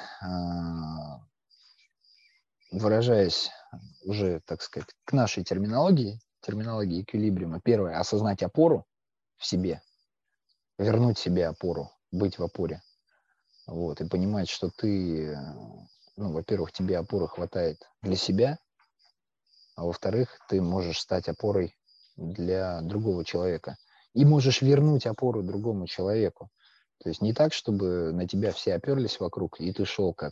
Speaker 3: выражаясь уже, так сказать, к нашей терминологии эквилибриума, первое, осознать опору в себе, вернуть себе опору, быть в опоре, вот, и понимать, что ты, ну, во-первых, тебе опоры хватает для себя, а во-вторых, ты можешь стать опорой для другого человека и можешь вернуть опору другому человеку. То есть не так, чтобы на тебя все оперлись вокруг, и ты шел как...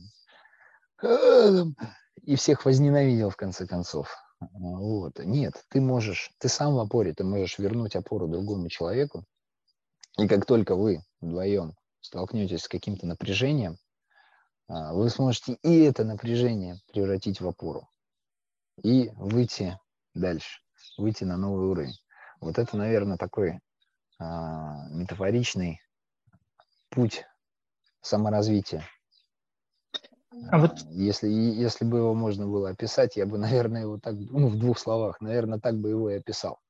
Speaker 3: и всех возненавидел в конце концов. Вот. Нет, ты сам в опоре, ты можешь вернуть опору другому человеку, и как только вы вдвоем столкнетесь с каким-то напряжением, вы сможете и это напряжение превратить в опору и выйти дальше, выйти на новый уровень. Вот это, наверное, такой метафоричный путь саморазвития.
Speaker 2: А вот
Speaker 3: Если бы его можно было описать, я бы, наверное, его так, ну, в 2 словах, наверное, так бы его и описал.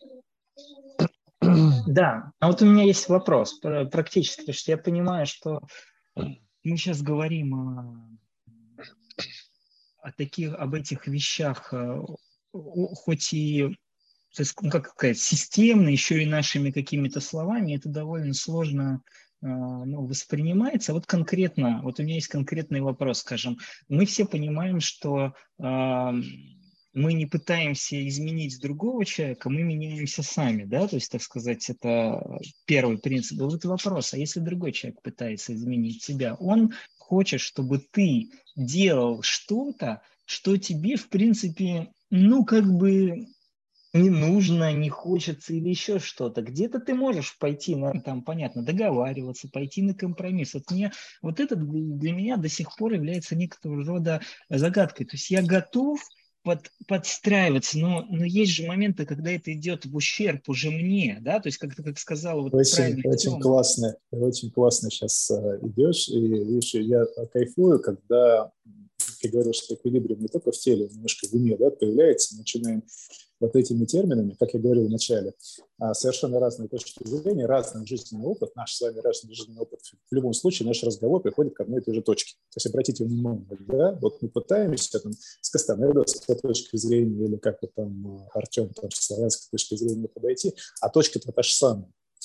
Speaker 2: да, а вот у меня есть вопрос практически, потому что я понимаю, что мы сейчас говорим об этих вещах, хоть и, то есть, как сказать, системно, еще и нашими какими-то словами, это довольно сложно воспринимается. Вот конкретно, вот у меня есть конкретный вопрос, скажем, мы все понимаем, что мы не пытаемся изменить другого человека, мы меняемся сами, да, то есть, так сказать, это первый принцип. И вот вопрос, а если другой человек пытается изменить тебя, он хочет, чтобы ты делал что-то, что тебе, в принципе, ну, как бы не нужно, не хочется или еще что-то. Где-то ты можешь пойти на, там, понятно, договариваться, пойти на компромисс. Вот это для меня до сих пор является некоторого рода загадкой. То есть я готов подстраиваться, но есть же моменты, когда это идет в ущерб уже мне, да, то есть как ты как сказал, вот правильно,
Speaker 1: очень классно сейчас идешь, и видишь, я кайфую, когда ты говоришь, что эквилибриум не только в теле, немножко в уме, да, появляется, начинаем вот этими терминами, как я говорил в начале, совершенно разные точки зрения, разный жизненный опыт, наш с вами разный жизненный опыт. В любом случае наш разговор приходит к одной и той же точке. То есть обратите внимание, да, вот мы пытаемся там, с костомедовской точки зрения или как вот там Артем там, с славянской точки зрения подойти, а точка-то та же самая.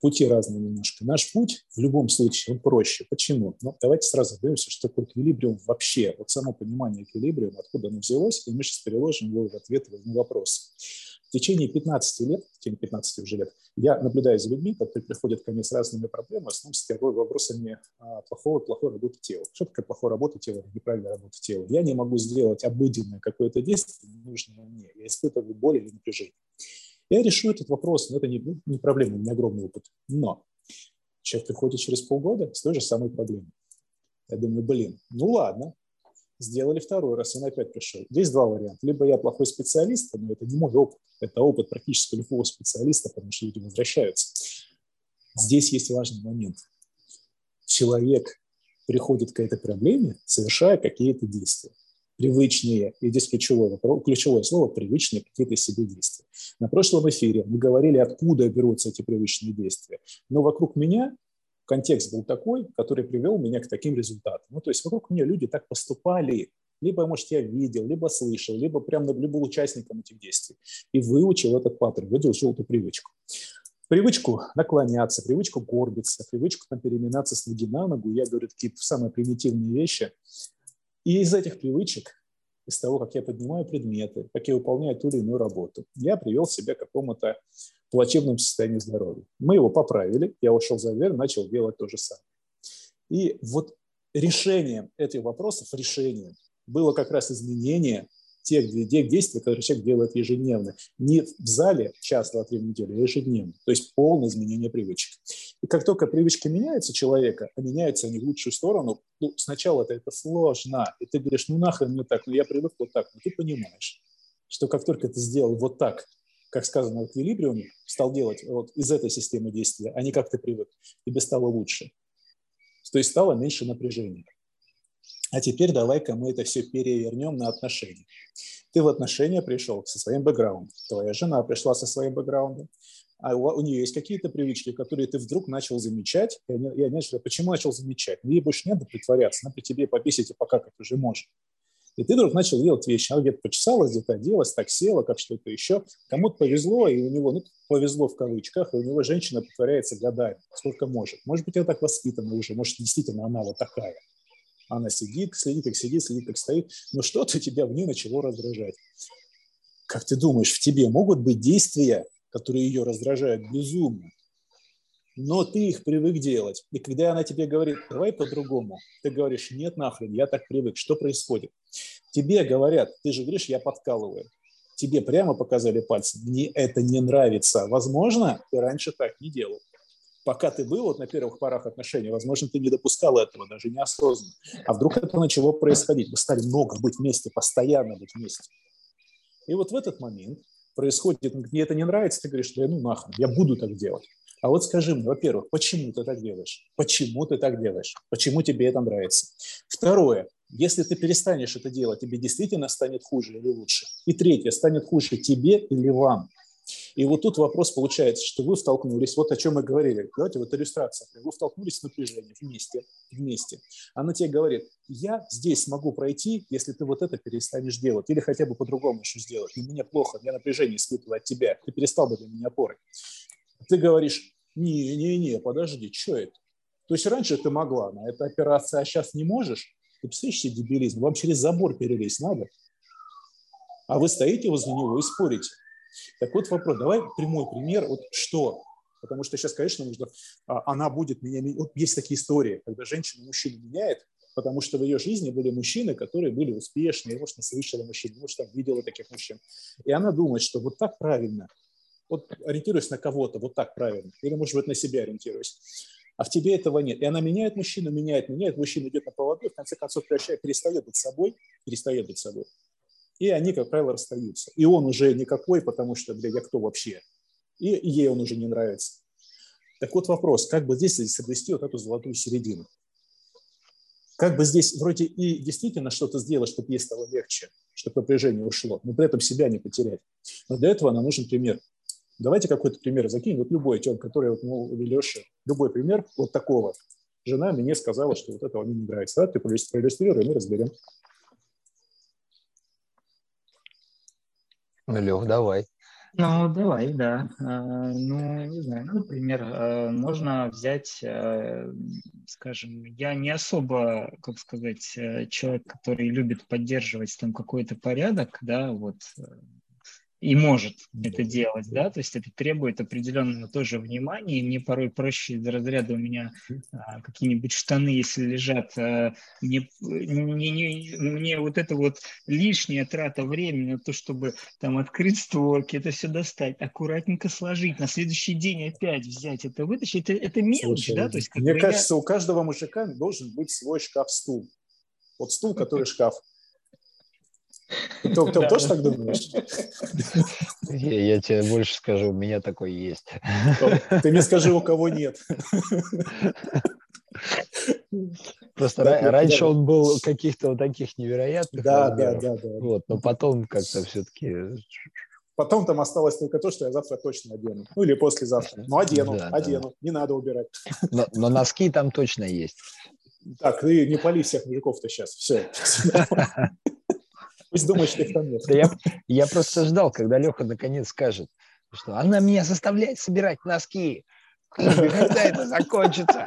Speaker 1: Пути разные немножко. Наш путь в любом случае, он проще. Почему? Ну, давайте сразу разберемся, что такое эквилибриум вообще. Вот само понимание эквилибриума, откуда оно взялось, и мы сейчас переложим его в ответ на вопрос. В течение 15 лет, в течение 15 уже лет, я наблюдаю за людьми, которые приходят ко мне с разными проблемами, в основном с вопросами плохой работы тела. Что такое плохая работа тела, неправильная работа тела? Я не могу сделать обыденное какое-то действие, нужное мне. Я испытываю боль или напряжение. Я решу этот вопрос, но это не проблема, у меня огромный опыт. Но человек приходит через полгода с той же самой проблемой. Я думаю, ну ладно, сделали второй раз, он опять пришел. Здесь два варианта. Либо я плохой специалист, но это не мой опыт. Это опыт практически любого специалиста, потому что люди возвращаются. Здесь есть важный момент. Человек приходит к этой проблеме, совершая какие-то действия. Привычные, и здесь ключевое слово, привычные какие-то себе действия. На прошлом эфире мы говорили, откуда берутся эти привычные действия. Но вокруг меня контекст был такой, который привел меня к таким результатам. Ну, то есть вокруг меня люди так поступали. Либо, может, я видел, либо слышал, либо был участником этих действий. И выучил этот паттерн, выучил эту привычку. Привычку наклоняться, привычку горбиться, привычку переминаться с ноги на ногу. Я говорю такие самые примитивные вещи. И из этих привычек, из того, как я поднимаю предметы, как я выполняю ту или иную работу, я привел себя к какому-то плачевному состоянию здоровья. Мы его поправили, я ушел за дверь, начал делать то же самое. И вот решением этих вопросов, было как раз изменение тех действий, которые человек делает ежедневно. Не в зале час, два, три в неделю, а ежедневно. То есть полное изменение привычек. И как только привычки меняются человека, а меняются они в лучшую сторону, ну, сначала это сложно. И ты говоришь, ну нахрен не так, ну я привык вот так. Но ты понимаешь, что как только ты сделал вот так, как сказано в эквилибриуме, стал делать вот из этой системы действия, а не как ты привык, тебе стало лучше. То есть стало меньше напряжения. А теперь давай-ка мы это все перевернем на отношения. Ты в отношения пришел со своим бэкграундом. Твоя жена пришла со своим бэкграундом. А у нее есть какие-то привычки, которые ты вдруг начал замечать. Я не знаю, почему начал замечать. Ей больше не надо притворяться. Она при тебе пописать и покакать уже может. И ты вдруг начал делать вещи. Она где-то почесалась, где-то оделась, так села, как что-то еще. Кому-то повезло, и у него, повезло в кавычках, и у него женщина притворяется годами, сколько может. Может быть, она так воспитана уже, может, действительно она вот такая. Она сидит, следит, как стоит. Но что-то тебя в ней начало раздражать. Как ты думаешь, в тебе могут быть действия, которые ее раздражают безумно? Но ты их привык делать. И когда она тебе говорит, давай по-другому, ты говоришь, нет нахрен, я так привык. Что происходит? Тебе говорят, ты же говоришь, я подкалываю. Тебе прямо показали пальцем, мне это не нравится. Возможно, ты раньше так не делал. Пока ты был вот на первых порах отношений, возможно, ты не допускал этого, даже неосознанно. А вдруг это начало происходить? Вы стали много быть вместе, постоянно быть вместе. И вот в этот момент происходит, мне это не нравится, ты говоришь, да ну нахрен, я буду так делать. А вот скажи мне, во-первых, почему ты так делаешь? Почему ты так делаешь? Почему тебе это нравится? Второе, если ты перестанешь это делать, тебе действительно станет хуже или лучше? И третье, станет хуже тебе или вам? И вот тут вопрос получается, что вы столкнулись, вот о чем мы говорили, давайте вот иллюстрация, вы столкнулись с напряжением вместе. Она тебе говорит, я здесь смогу пройти, если ты вот это перестанешь делать, или хотя бы по-другому еще сделать, но мне плохо, я напряжение испытываю от тебя, ты перестал бы для меня опорой. Ты говоришь, не, подожди, что это? То есть раньше ты могла на это опираться, а сейчас не можешь? Ты представляешь себе дебилизм, вам через забор перелезть надо, а вы стоите возле него и спорите. Так вот вопрос, давай прямой пример, вот что? Потому что сейчас, конечно, нужно, она будет меня... Вот есть такие истории, когда женщина мужчину меняет, потому что в ее жизни были мужчины, которые были успешные, может, не слышала мужчин, может, там видела таких мужчин. И она думает, что вот так правильно, вот ориентируясь на кого-то, вот так правильно, или, может быть, на себя ориентируясь. А в тебе этого нет. И она меняет мужчину, меняет, мужчина идет на поводу, в конце концов перестает быть собой. И они, как правило, расстаются. И он уже никакой, потому что, я кто вообще? И ей он уже не нравится. Так вот вопрос, как бы здесь соблюсти вот эту золотую середину? Как бы здесь вроде и действительно что-то сделать, чтобы ей стало легче, чтобы напряжение ушло, но при этом себя не потерять. Но для этого нам нужен пример. Давайте какой-то пример закинем. Вот любой, Тём, который вот, или Леша, любой пример вот такого. Жена мне сказала, что вот этого мне не нравится. Да? Ты проиллюстрируй, и мы разберем.
Speaker 3: Лёх, давай.
Speaker 2: Ну, давай, да. Ну, не знаю, ну, например, можно взять, скажем, я не особо, как сказать, человек, который любит поддерживать там какой-то порядок, да, вот, и может это делать, да, то есть это требует определенного тоже внимания, и мне порой проще из разряда у меня какие-нибудь штаны, если лежат, мне вот это вот лишняя трата времени на то, чтобы там открыть створки, это все достать, аккуратненько сложить, на следующий день опять взять это, вытащить, это мелочь, да,
Speaker 1: Слушай,
Speaker 2: то есть как
Speaker 1: мне
Speaker 2: бы я...
Speaker 1: кажется, у каждого мужика должен быть свой шкаф-стул. Вот стул, который шкаф. Ты
Speaker 2: Да,
Speaker 1: тоже так думаешь?
Speaker 3: Я тебе больше скажу, у меня такой есть.
Speaker 1: Ты мне скажи, у кого нет.
Speaker 3: Просто
Speaker 1: Так, Леха,
Speaker 3: раньше
Speaker 1: давай.
Speaker 3: он был каких-то вот таких невероятных
Speaker 1: Да, да,
Speaker 3: размеров,
Speaker 1: да, да.
Speaker 3: вот, но потом как-то все-таки,
Speaker 1: Потом там осталось только то, что я завтра точно одену. Ну или послезавтра. Ну,
Speaker 3: да, да.
Speaker 1: одену. Не надо убирать.
Speaker 3: Но носки там точно есть.
Speaker 1: Так, ты не пали всех мужиков-то сейчас. Все. Пусть думает, что их там нет.
Speaker 3: Да я просто ждал, когда Леха наконец скажет, что она меня заставляет собирать носки. Когда это закончится?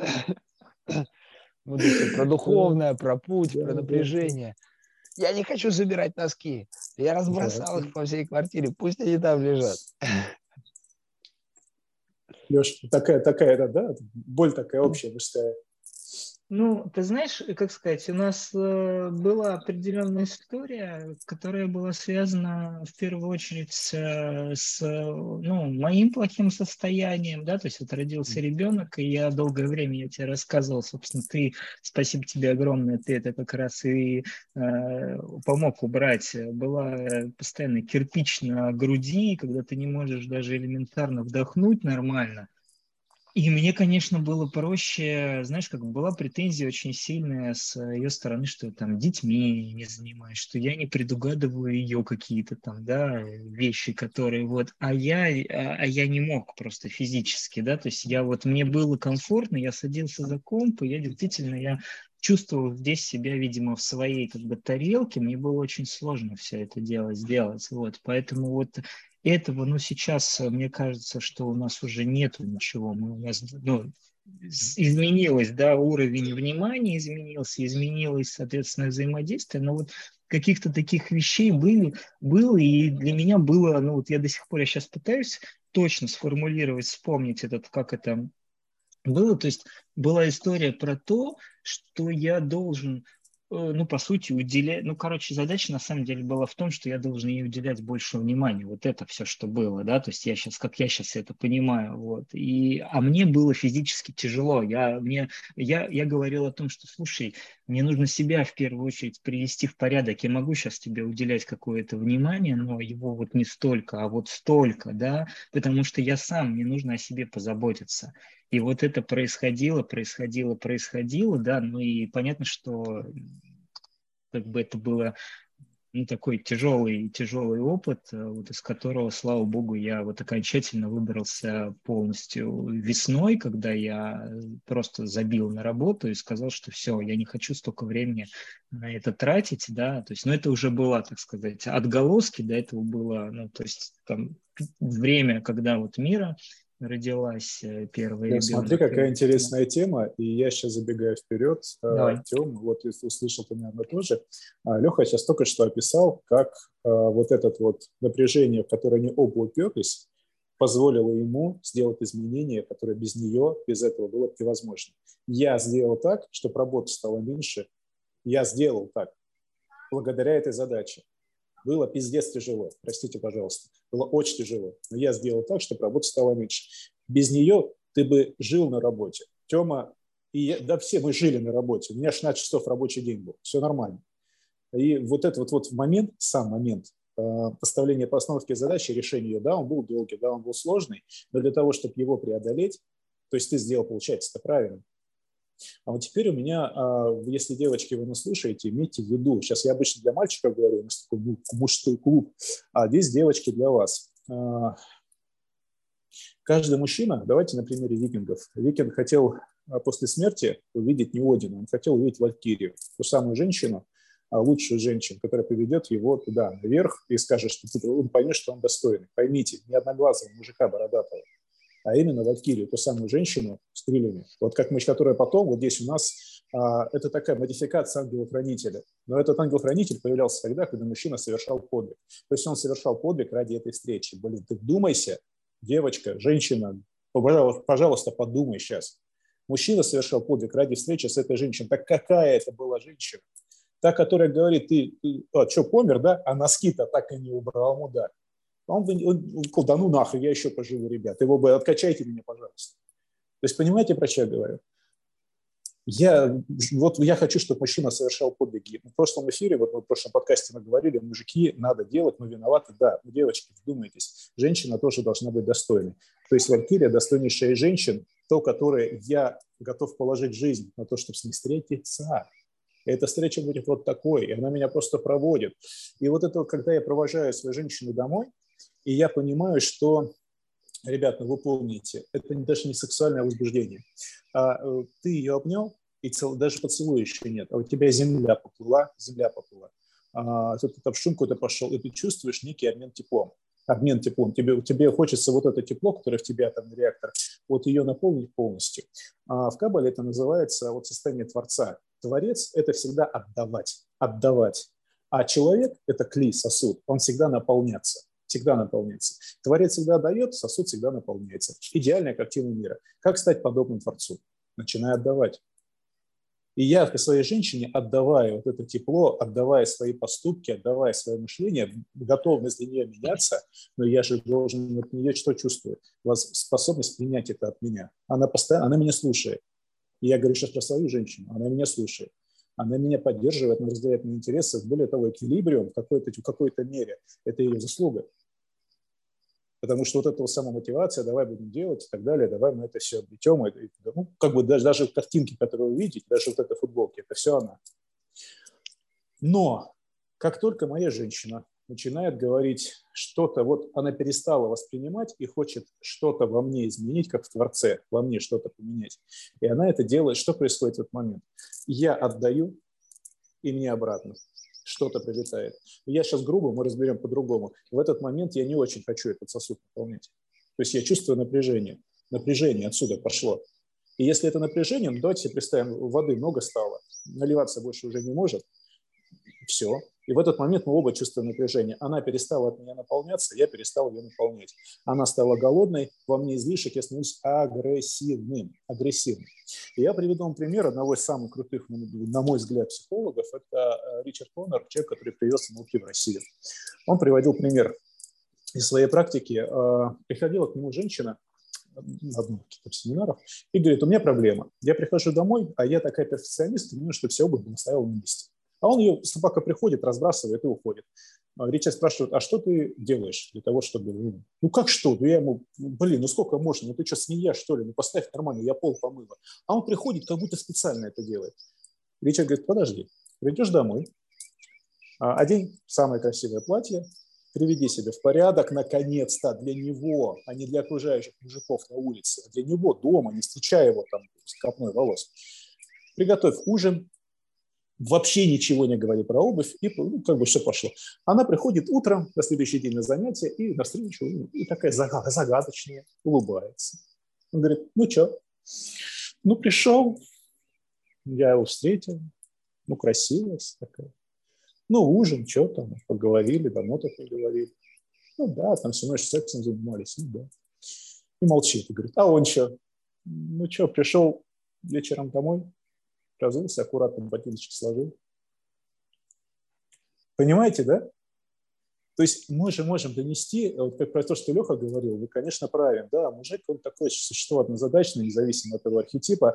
Speaker 3: Вот и все про духовное, про путь,
Speaker 1: Да,
Speaker 3: про
Speaker 1: да, да.
Speaker 3: напряжение. Я не хочу собирать носки. Я разбросал их по всей квартире. Пусть они там лежат.
Speaker 1: Леш, такая, да, боль такая общая мужская.
Speaker 2: Ну, ты знаешь, как сказать, у нас была определенная история, которая была связана в первую очередь ну, моим плохим состоянием, да, то есть вот родился ребенок, и я долгое время, я тебе рассказывал, собственно, спасибо тебе огромное, ты это как раз и помог убрать. Была постоянно кирпич на груди, когда ты не можешь даже элементарно вдохнуть нормально. И мне, конечно, было проще, знаешь, как была претензия очень сильная с ее стороны, что я там детьми не занимаюсь, что я не предугадываю ее какие-то там, да, вещи, которые вот, а я не мог просто физически, да, то есть я вот, мне было комфортно, я садился за комп, и я чувствовал здесь себя, видимо, в своей как бы тарелке, мне было очень сложно все это дело сделать, вот, поэтому вот этого, ну, сейчас мне кажется, что у нас уже нету ничего. У нас, ну, изменилось, да, уровень внимания изменился, изменилось, соответственно, взаимодействие, но вот каких-то таких вещей было, и для меня было, ну, вот я до сих пор, я сейчас пытаюсь точно сформулировать, вспомнить этот, как это было, то есть была история про то, что я должен, ну, по сути, уделять, ну, короче, задача на самом деле была в том, что я должен ей уделять больше внимания, вот это все, что было, да, то есть как я сейчас это понимаю, вот, а мне было физически тяжело, я говорил о том, что, слушай, мне нужно себя в первую очередь привести в порядок, я могу сейчас тебе уделять какое-то внимание, но его вот не столько, а вот столько, да, потому что мне нужно о себе позаботиться. И вот это происходило, да, ну и понятно, что как бы это было, ну, такой тяжелый опыт, вот из которого, слава богу, я вот окончательно выбрался полностью весной, когда я просто забил на работу и сказал, что все, я не хочу столько времени на это тратить, да, то есть, ну, это уже было, так сказать, отголоски, до этого было, ну, то есть, там, время, когда вот Мира родилась, первый
Speaker 1: Леш, смотри,
Speaker 2: ребенок.
Speaker 1: какая интересная тема, и я сейчас забегаю вперед.
Speaker 2: Давай.
Speaker 1: Тем, вот если услышал ты, наверное, тоже. Леха сейчас только что описал, как вот это вот напряжение, в которое они оба уперлись, позволило ему сделать изменения, которые без нее, без этого было бы невозможно. Я сделал так, чтобы работы стало меньше. Я сделал так, благодаря этой задаче. Было пиздец тяжело, простите, пожалуйста. Было очень тяжело, но я сделал так, чтобы работы стало меньше. Без нее ты бы жил на работе. Тема, да все мы жили на работе. У меня 16 часов рабочий день был, все нормально. И вот этот вот момент, сам момент поставления постановки задачи, решения ее, да, он был долгий, да, он был сложный, но для того, чтобы его преодолеть, то есть ты сделал, получается, это правильно. А вот теперь у меня, если, девочки, вы нас слушаете, имейте в виду, сейчас я обычно для мальчиков говорю, у нас такой мужской клуб, а здесь, девочки, для вас. Каждый мужчина, давайте на примере викингов. Викинг хотел после смерти увидеть не Одина, он хотел увидеть Валькирию, ту самую женщину, лучшую женщину, которая поведет его туда, наверх, и скажет, что он поймет, что он достойный. Поймите, не одноглазого мужика бородатого, а именно валькирию, ту самую женщину с крыльями. Вот как мы, которая потом, вот здесь у нас, это такая модификация ангела-хранителя. Но этот ангел-хранитель появлялся тогда, когда мужчина совершал подвиг. То есть он совершал подвиг ради этой встречи. Блин, ты вдумайся, девочка, женщина, пожалуйста, подумай сейчас. Мужчина совершал подвиг ради встречи с этой женщиной. Так какая это была женщина? Та, которая говорит, ты что, помер, да? А носки-то так и не убрал, мудак. Он сказал, да ну нахуй, я еще поживу, ребят. Его бы откачайте меня, пожалуйста. То есть понимаете, про что я говорю? Я хочу, чтобы мужчина совершал подвиги. В прошлом эфире, вот в прошлом подкасте мы говорили, мужики надо делать, мы виноваты. Да, девочки, вдумайтесь, женщина тоже должна быть достойной. То есть валькирия достойнейшая из женщин, то, которое я готов положить жизнь на то, чтобы с ней встретиться. И эта встреча будет вот такой, и она меня просто проводит. И вот это, когда я провожаю свою женщину домой, и я понимаю, что, ребята, вы помните, это даже не сексуальное возбуждение. Ты ее обнял, и даже поцелуя еще нет, а у тебя земля поплыла. Тут там шум какой-то пошел, и ты чувствуешь некий обмен теплом. Тебе хочется вот это тепло, которое в тебя, там, реактор, вот ее наполнить полностью. В Каббале это называется вот состояние Творца. Творец – это всегда отдавать. А человек – это клей, сосуд, он всегда наполняется. Творец всегда дает, сосуд всегда наполняется. Идеальная картина мира. Как стать подобным Творцу? Начинай отдавать. И я к своей женщине, отдавая вот это тепло, отдавая свои поступки, отдавая свое мышление, готовность для нее меняться, но я же должен от нее что чувствовать? Способность принять это от меня. Она меня слушает. И я говорю сейчас про свою женщину. Она меня слушает. Она меня поддерживает, она разделяет мои интересы. Более того, эквилибриум в какой-то мере – это ее заслуга. Потому что вот эта вот сама мотивация, давай будем делать и так далее, давай мы это все обретем. Даже картинки, которые вы видите, даже вот эта футболка, это все она. Но как только моя женщина начинает говорить что-то, вот она перестала воспринимать и хочет что-то во мне изменить, как в Творце, во мне что-то поменять. И она это делает, что происходит в этот момент? Я отдаю, и мне обратно что-то прилетает. Я сейчас грубо, мы разберем по-другому. В этот момент я не очень хочу этот сосуд наполнять. То есть я чувствую напряжение. Напряжение отсюда пошло. И если это напряжение, ну, давайте себе представим, воды много стало, наливаться больше уже не может. Все. И в этот момент мы оба чувствуем напряжение. Она перестала от меня наполняться, я перестал ее наполнять. Она стала голодной, во мне излишек, я становлюсь агрессивным. И я приведу вам пример одного из самых крутых, на мой взгляд, психологов. Это Ричард Коннор, человек, который привез НЛП в Россию. Он приводил пример из своей практики. Приходила к нему женщина на одном из семинаров и говорит, у меня проблема. Я прихожу домой, а я такая перфекционист, мне нужно, чтобы вся обувь была стояла на месте. А он ее, собака приходит, разбрасывает и уходит. Ричард спрашивает, а что ты делаешь для того, чтобы... Ну как что? Ну я ему, сколько можно? Ну ты что, свинья, что ли? Ну поставь нормально, я пол помыла. А он приходит, как будто специально это делает. Ричард говорит, подожди, придешь домой, одень самое красивое платье, приведи себя в порядок, наконец-то, для него, а не для окружающих мужиков на улице, а для него дома, не встречая его там с копной волос. Приготовь ужин, вообще ничего не говори про обувь, и все пошло. Она приходит утром на следующий день на занятия и навстречу, и такая загадочная, улыбается. Он говорит, ну что? Ну, пришел, я его встретил, красивая такая. Ужин, что там, поговорили, давно так не говорили. Да, там всю ночь сексом занимались, да. И молчит, и говорит, а он что? Ну что, пришел вечером домой, разулся, аккуратно ботиночки сложил. Понимаете, да? То есть мы же можем донести, вот как про то, что Леха говорил, вы, конечно, правы, да, мужик, он такое существо однозадачное, независимо от этого архетипа.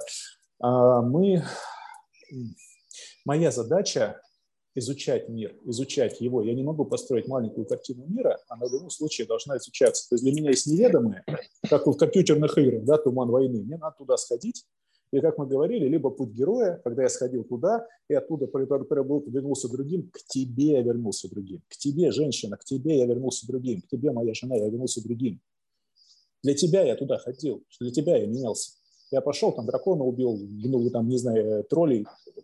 Speaker 1: Моя задача изучать мир, изучать его. Я не могу построить маленькую картину мира, она в любом случае должна изучаться. То есть для меня есть неведомое, как в компьютерных играх, да, туман войны. Мне надо туда сходить. И, как мы говорили, либо путь героя, когда я сходил туда, и оттуда вернулся другим, к тебе я вернулся другим. К тебе, женщина, к тебе я вернулся другим. К тебе, моя жена, я вернулся другим. Для тебя я туда ходил, для тебя я менялся. Я пошел, там дракона убил, там, не знаю, троллей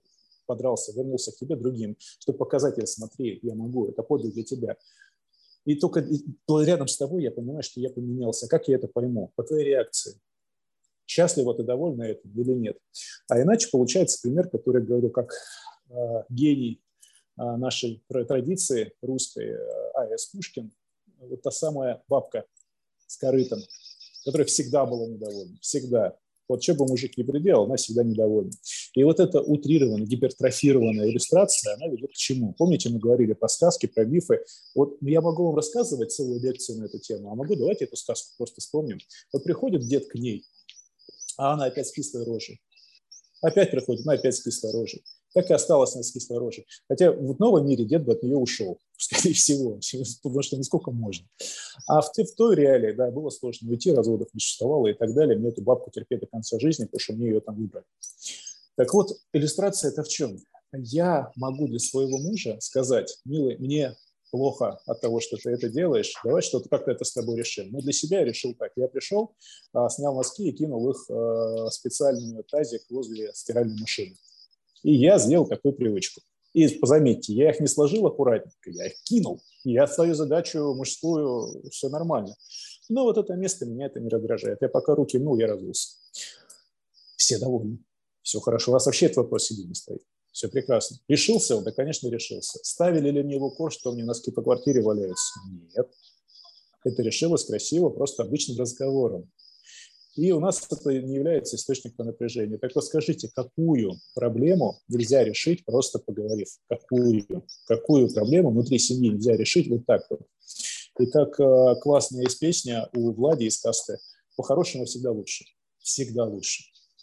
Speaker 1: подрался, вернулся к тебе другим, чтобы показать тебе, смотри, я могу, это подвиг для тебя. И только рядом с тобой я понимаю, что я поменялся. Как я это пойму? По твоей реакции. Счастлива ты, довольна этим или нет? А иначе получается пример, который я говорю, как гений нашей традиции русской А.С. Пушкин, вот та самая бабка с корытом, которая всегда была недовольна, всегда. Вот что бы мужик ни приделал, она всегда недовольна. И вот эта утрированная, гипертрофированная иллюстрация, она ведет к чему? Помните, мы говорили про сказки, про мифы. Вот я могу вам рассказывать целую лекцию на эту тему, а могу, давайте эту сказку просто вспомним. Вот приходит дед к ней, а она опять с кислой рожей. Опять приходит, она опять с кислой рожей. Так и осталась она с кислой рожей. Хотя в новом мире дед бы от нее ушел, скорее всего, потому что насколько можно. А в той реалии, да, было сложно уйти, разводов не существовало и так далее. Мне эту бабку терпеть до конца жизни, потому что мне ее там выбрали. Так вот, иллюстрация это в чем? Я могу для своего мужа сказать: милый, мне плохо от того, что ты это делаешь, давай что-то как-то это с тобой решим. Но для себя я решил так. Я пришел, снял носки и кинул их в специальный тазик возле стиральной машины. И я сделал такую привычку. И заметьте, я их не сложил аккуратненько, я их кинул. И я свою задачу мужскую, все нормально. Но вот это место меня это не раздражает. Я пока руки мнул, я разулся. Все довольны. Все хорошо. У вас вообще этот вопрос себе не стоит. Все прекрасно. Решился он? Да, конечно, решился. Ставили ли мне в укор, что у меня носки по квартире валяются? Нет. Это решилось красиво, просто обычным разговором. И у нас это не является источником напряжения. Так вот скажите, какую проблему нельзя решить, просто поговорив? Какую проблему внутри семьи нельзя решить вот так вот? И как классная есть песня у Влади из Касты: по-хорошему всегда лучше. Всегда лучше.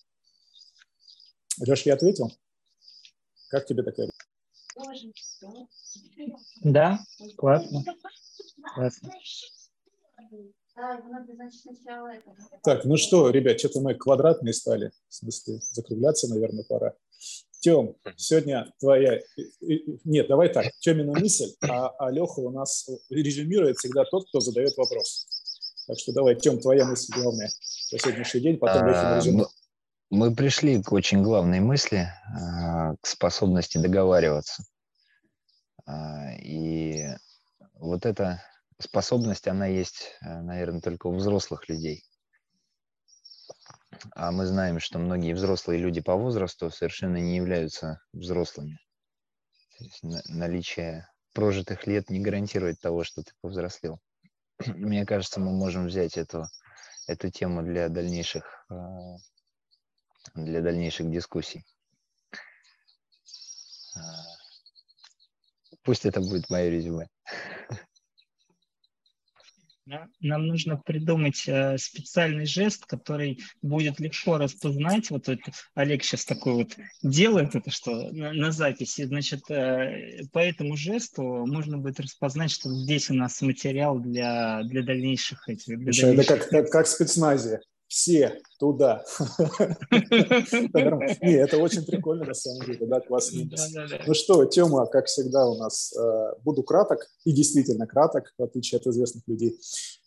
Speaker 1: Леш, я ответил? Как тебе такая?
Speaker 2: Да, классно. Классно.
Speaker 1: Так, ну что, ребят, что-то мы квадратные стали. В смысле, закругляться, наверное, пора. Тем, сегодня твоя... Нет, давай так. Тёмина мысль, а Леха у нас резюмирует всегда тот, кто задает вопрос. Так что давай, Тем, твоя мысль главная на сегодняшний день, потом Лехин резюме.
Speaker 3: Мы пришли к очень главной мысли, к способности договариваться. И вот эта способность, она есть, наверное, только у взрослых людей. А мы знаем, что многие взрослые люди по возрасту совершенно не являются взрослыми. То есть наличие прожитых лет не гарантирует того, что ты повзрослел. Мне кажется, мы можем взять эту тему для дальнейших дискуссий. Пусть это будет мое резюме.
Speaker 2: Нам нужно придумать специальный жест, который будет легко распознать. Вот это, Олег сейчас такой вот делает это, что на записи. Значит, по этому жесту можно будет распознать, что здесь у нас материал для дальнейших этих.
Speaker 1: Это как в спецназе. Все туда. Не, это очень прикольно, на самом деле, да, классный. Ну что, Тёма, как всегда у нас, буду краток, и действительно краток, в отличие от известных людей.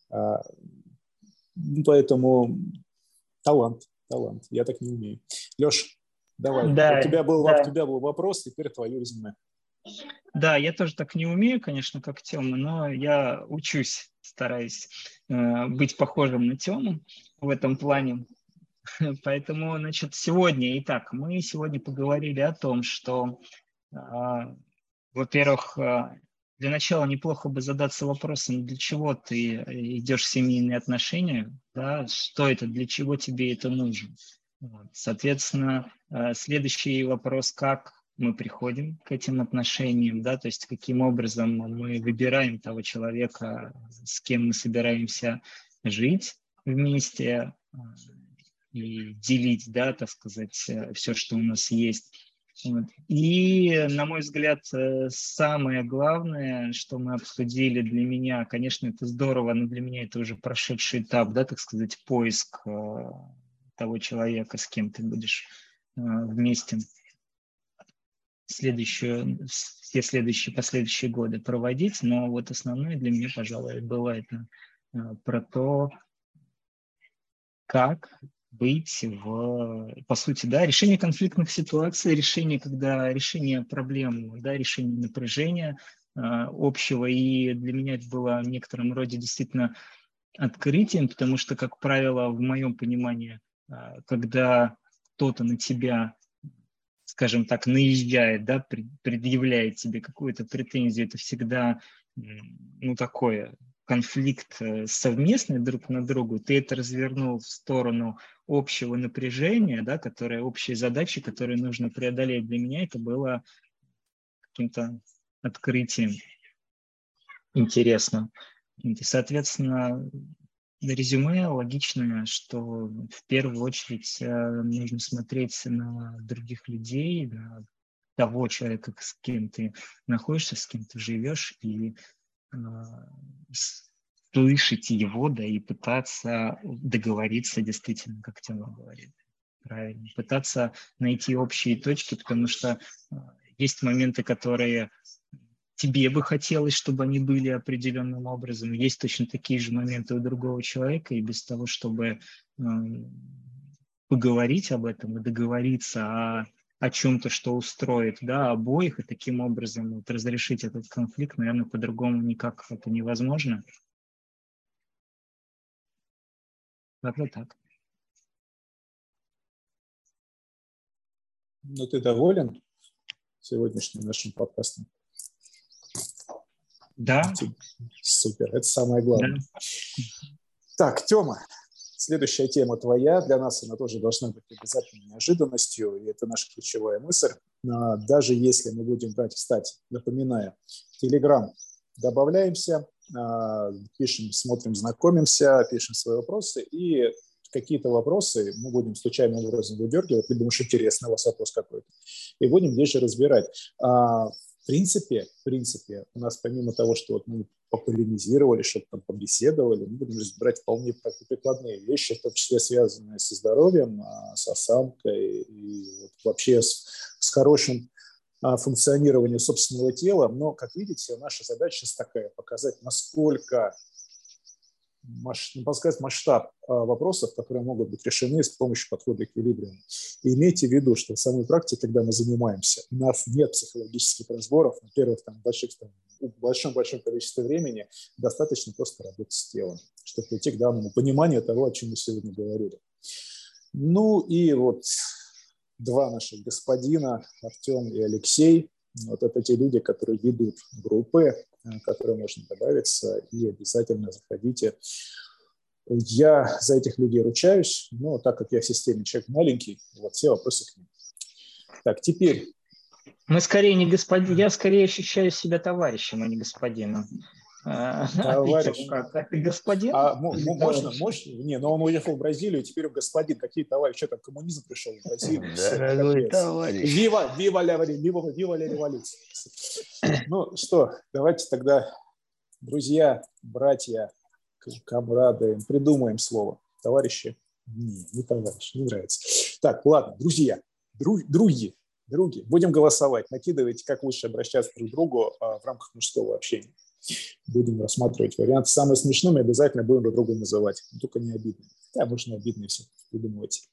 Speaker 1: Поэтому талант, я так не умею. Леш, давай, у тебя был вопрос, теперь твое резюме.
Speaker 2: Да, я тоже так не умею, конечно, как Тёма, но я учусь, стараюсь быть похожим на Тёму в этом плане. Поэтому, значит, мы сегодня поговорили о том, что, во-первых, для начала неплохо бы задаться вопросом, для чего ты идешь в семейные отношения, да, что это, для чего тебе это нужно. Соответственно, следующий вопрос, как мы приходим к этим отношениям, да, то есть каким образом мы выбираем того человека, с кем мы собираемся жить вместе и делить, да, так сказать, все, что у нас есть. Вот. И, на мой взгляд, самое главное, что мы обсудили для меня, конечно, это здорово, но для меня это уже прошедший этап, да, так сказать, поиск того человека, с кем ты будешь вместе последующие годы проводить. Но вот основное для меня, пожалуй, было это про то, как быть по сути, да, решение конфликтных ситуаций, решение проблем, да, решение напряжения общего. И для меня это было в некотором роде действительно открытием, потому что, как правило, в моем понимании, когда кто-то на тебя, скажем так, наезжает, да, предъявляет тебе какую-то претензию, это всегда, ну, такое, конфликт совместный друг на другу, ты это развернул в сторону общего напряжения, да, общие задачи, которые нужно преодолеть. Для меня это было каким-то открытием интересным. И, соответственно, резюме логичное, что в первую очередь нужно смотреть на других людей, на того человека, с кем ты находишься, с кем ты живешь, и слышать его, да, и пытаться договориться действительно, как Тёма говорит, правильно, пытаться найти общие точки, потому что есть моменты, которые тебе бы хотелось, чтобы они были определенным образом. Есть точно такие же моменты у другого человека, и без того, чтобы поговорить об этом и договориться о чем-то, что устроит, да, обоих, и таким образом вот разрешить этот конфликт, наверное, по-другому никак это невозможно. Как-то так.
Speaker 1: Ну, ты доволен сегодняшним нашим подкастом?
Speaker 2: Да.
Speaker 1: Супер, это самое главное.
Speaker 2: Да.
Speaker 1: Так, Тёма, следующая тема твоя. Для нас она тоже должна быть обязательно неожиданностью, и это наша ключевая мысль. Даже если мы будем брать, кстати, напоминаю, Telegram, добавляемся, пишем, смотрим, знакомимся, пишем свои вопросы, и какие-то вопросы мы будем случайным образом выдергивать, либо уж интересный у вас вопрос какой-то, и будем ближе разбирать. В принципе, у нас помимо того, что вот мы пополемизировали, что-то там побеседовали, мы будем разбирать вполне прикладные вещи, в том числе связанные со здоровьем, с осанкой и вот вообще с хорошим функционированием собственного тела. Но, как видите, наша задача сейчас такая – показать, насколько подсказать масштаб вопросов, которые могут быть решены с помощью подхода эквилибриума. И имейте в виду, что в самой практике, когда мы занимаемся, у нас нет психологических разборов, во-первых, большом количестве времени достаточно просто работать с телом, чтобы прийти к данному пониманию того, о чем мы сегодня говорили. Ну и вот два наших господина, Артем и Алексей, вот это те люди, которые ведут группы, которые можно добавиться, и обязательно заходите. Я за этих людей ручаюсь, но так как я в системе человек маленький, вот все вопросы к ним. Так, теперь...
Speaker 2: Мы скорее не господин, я скорее ощущаю себя товарищем, а не господином.
Speaker 1: Товарищ.
Speaker 2: А ты господин?
Speaker 1: Можно? Не, но он уехал в Бразилию, теперь он господин. Какие товарищи? Что там, коммунизм пришел в Бразилию?
Speaker 3: Дорогой товарищ.
Speaker 1: Вива ля революция. Ну что, давайте тогда, друзья, братья, комрады, придумаем слово. Товарищи? Не товарищи, не нравится. Так, ладно, друзья, други. Будем голосовать. Накидывайте, как лучше обращаться друг к другу в рамках мужского общения. Будем рассматривать вариант. Самое смешное мы обязательно будем друг друга называть. Только не обидно. Да, можно обидно все придумывать.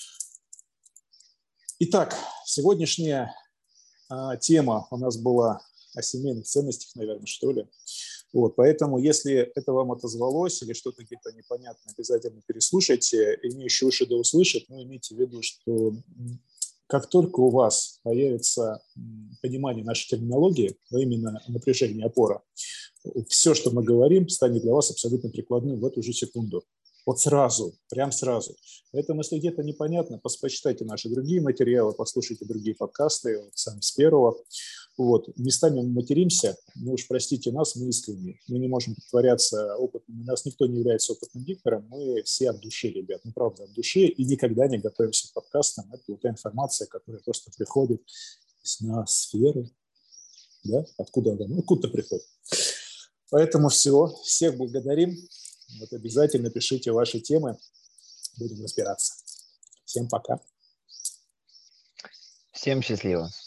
Speaker 1: Итак, сегодняшняя тема у нас была о семейных ценностях, наверное, что ли. Вот, поэтому, если это вам отозвалось или что-то где-то непонятно, обязательно переслушайте. Имеющие уши да услышат, но имейте в виду, что как только у вас появится понимание нашей терминологии, а именно напряжение, опора, все, что мы говорим, станет для вас абсолютно прикладным в эту же секунду. Вот сразу, прям сразу. Поэтому, если где-то непонятно, почитайте наши другие материалы, послушайте другие подкасты, вот, сам с первого. Вот. Местами мы материмся, ну уж простите нас, мы искренние. Мы не можем притворяться опытными. У нас никто не является опытным диктором, мы все от души, ребят, ну правда, от души, и никогда не готовимся к подкастам. Это вот та информация, которая просто приходит с ноосферы, да? Откуда она? Ну, откуда-то приходит. Поэтому всех благодарим. Вот обязательно пишите ваши темы, будем разбираться. Всем пока.
Speaker 3: Всем счастливо.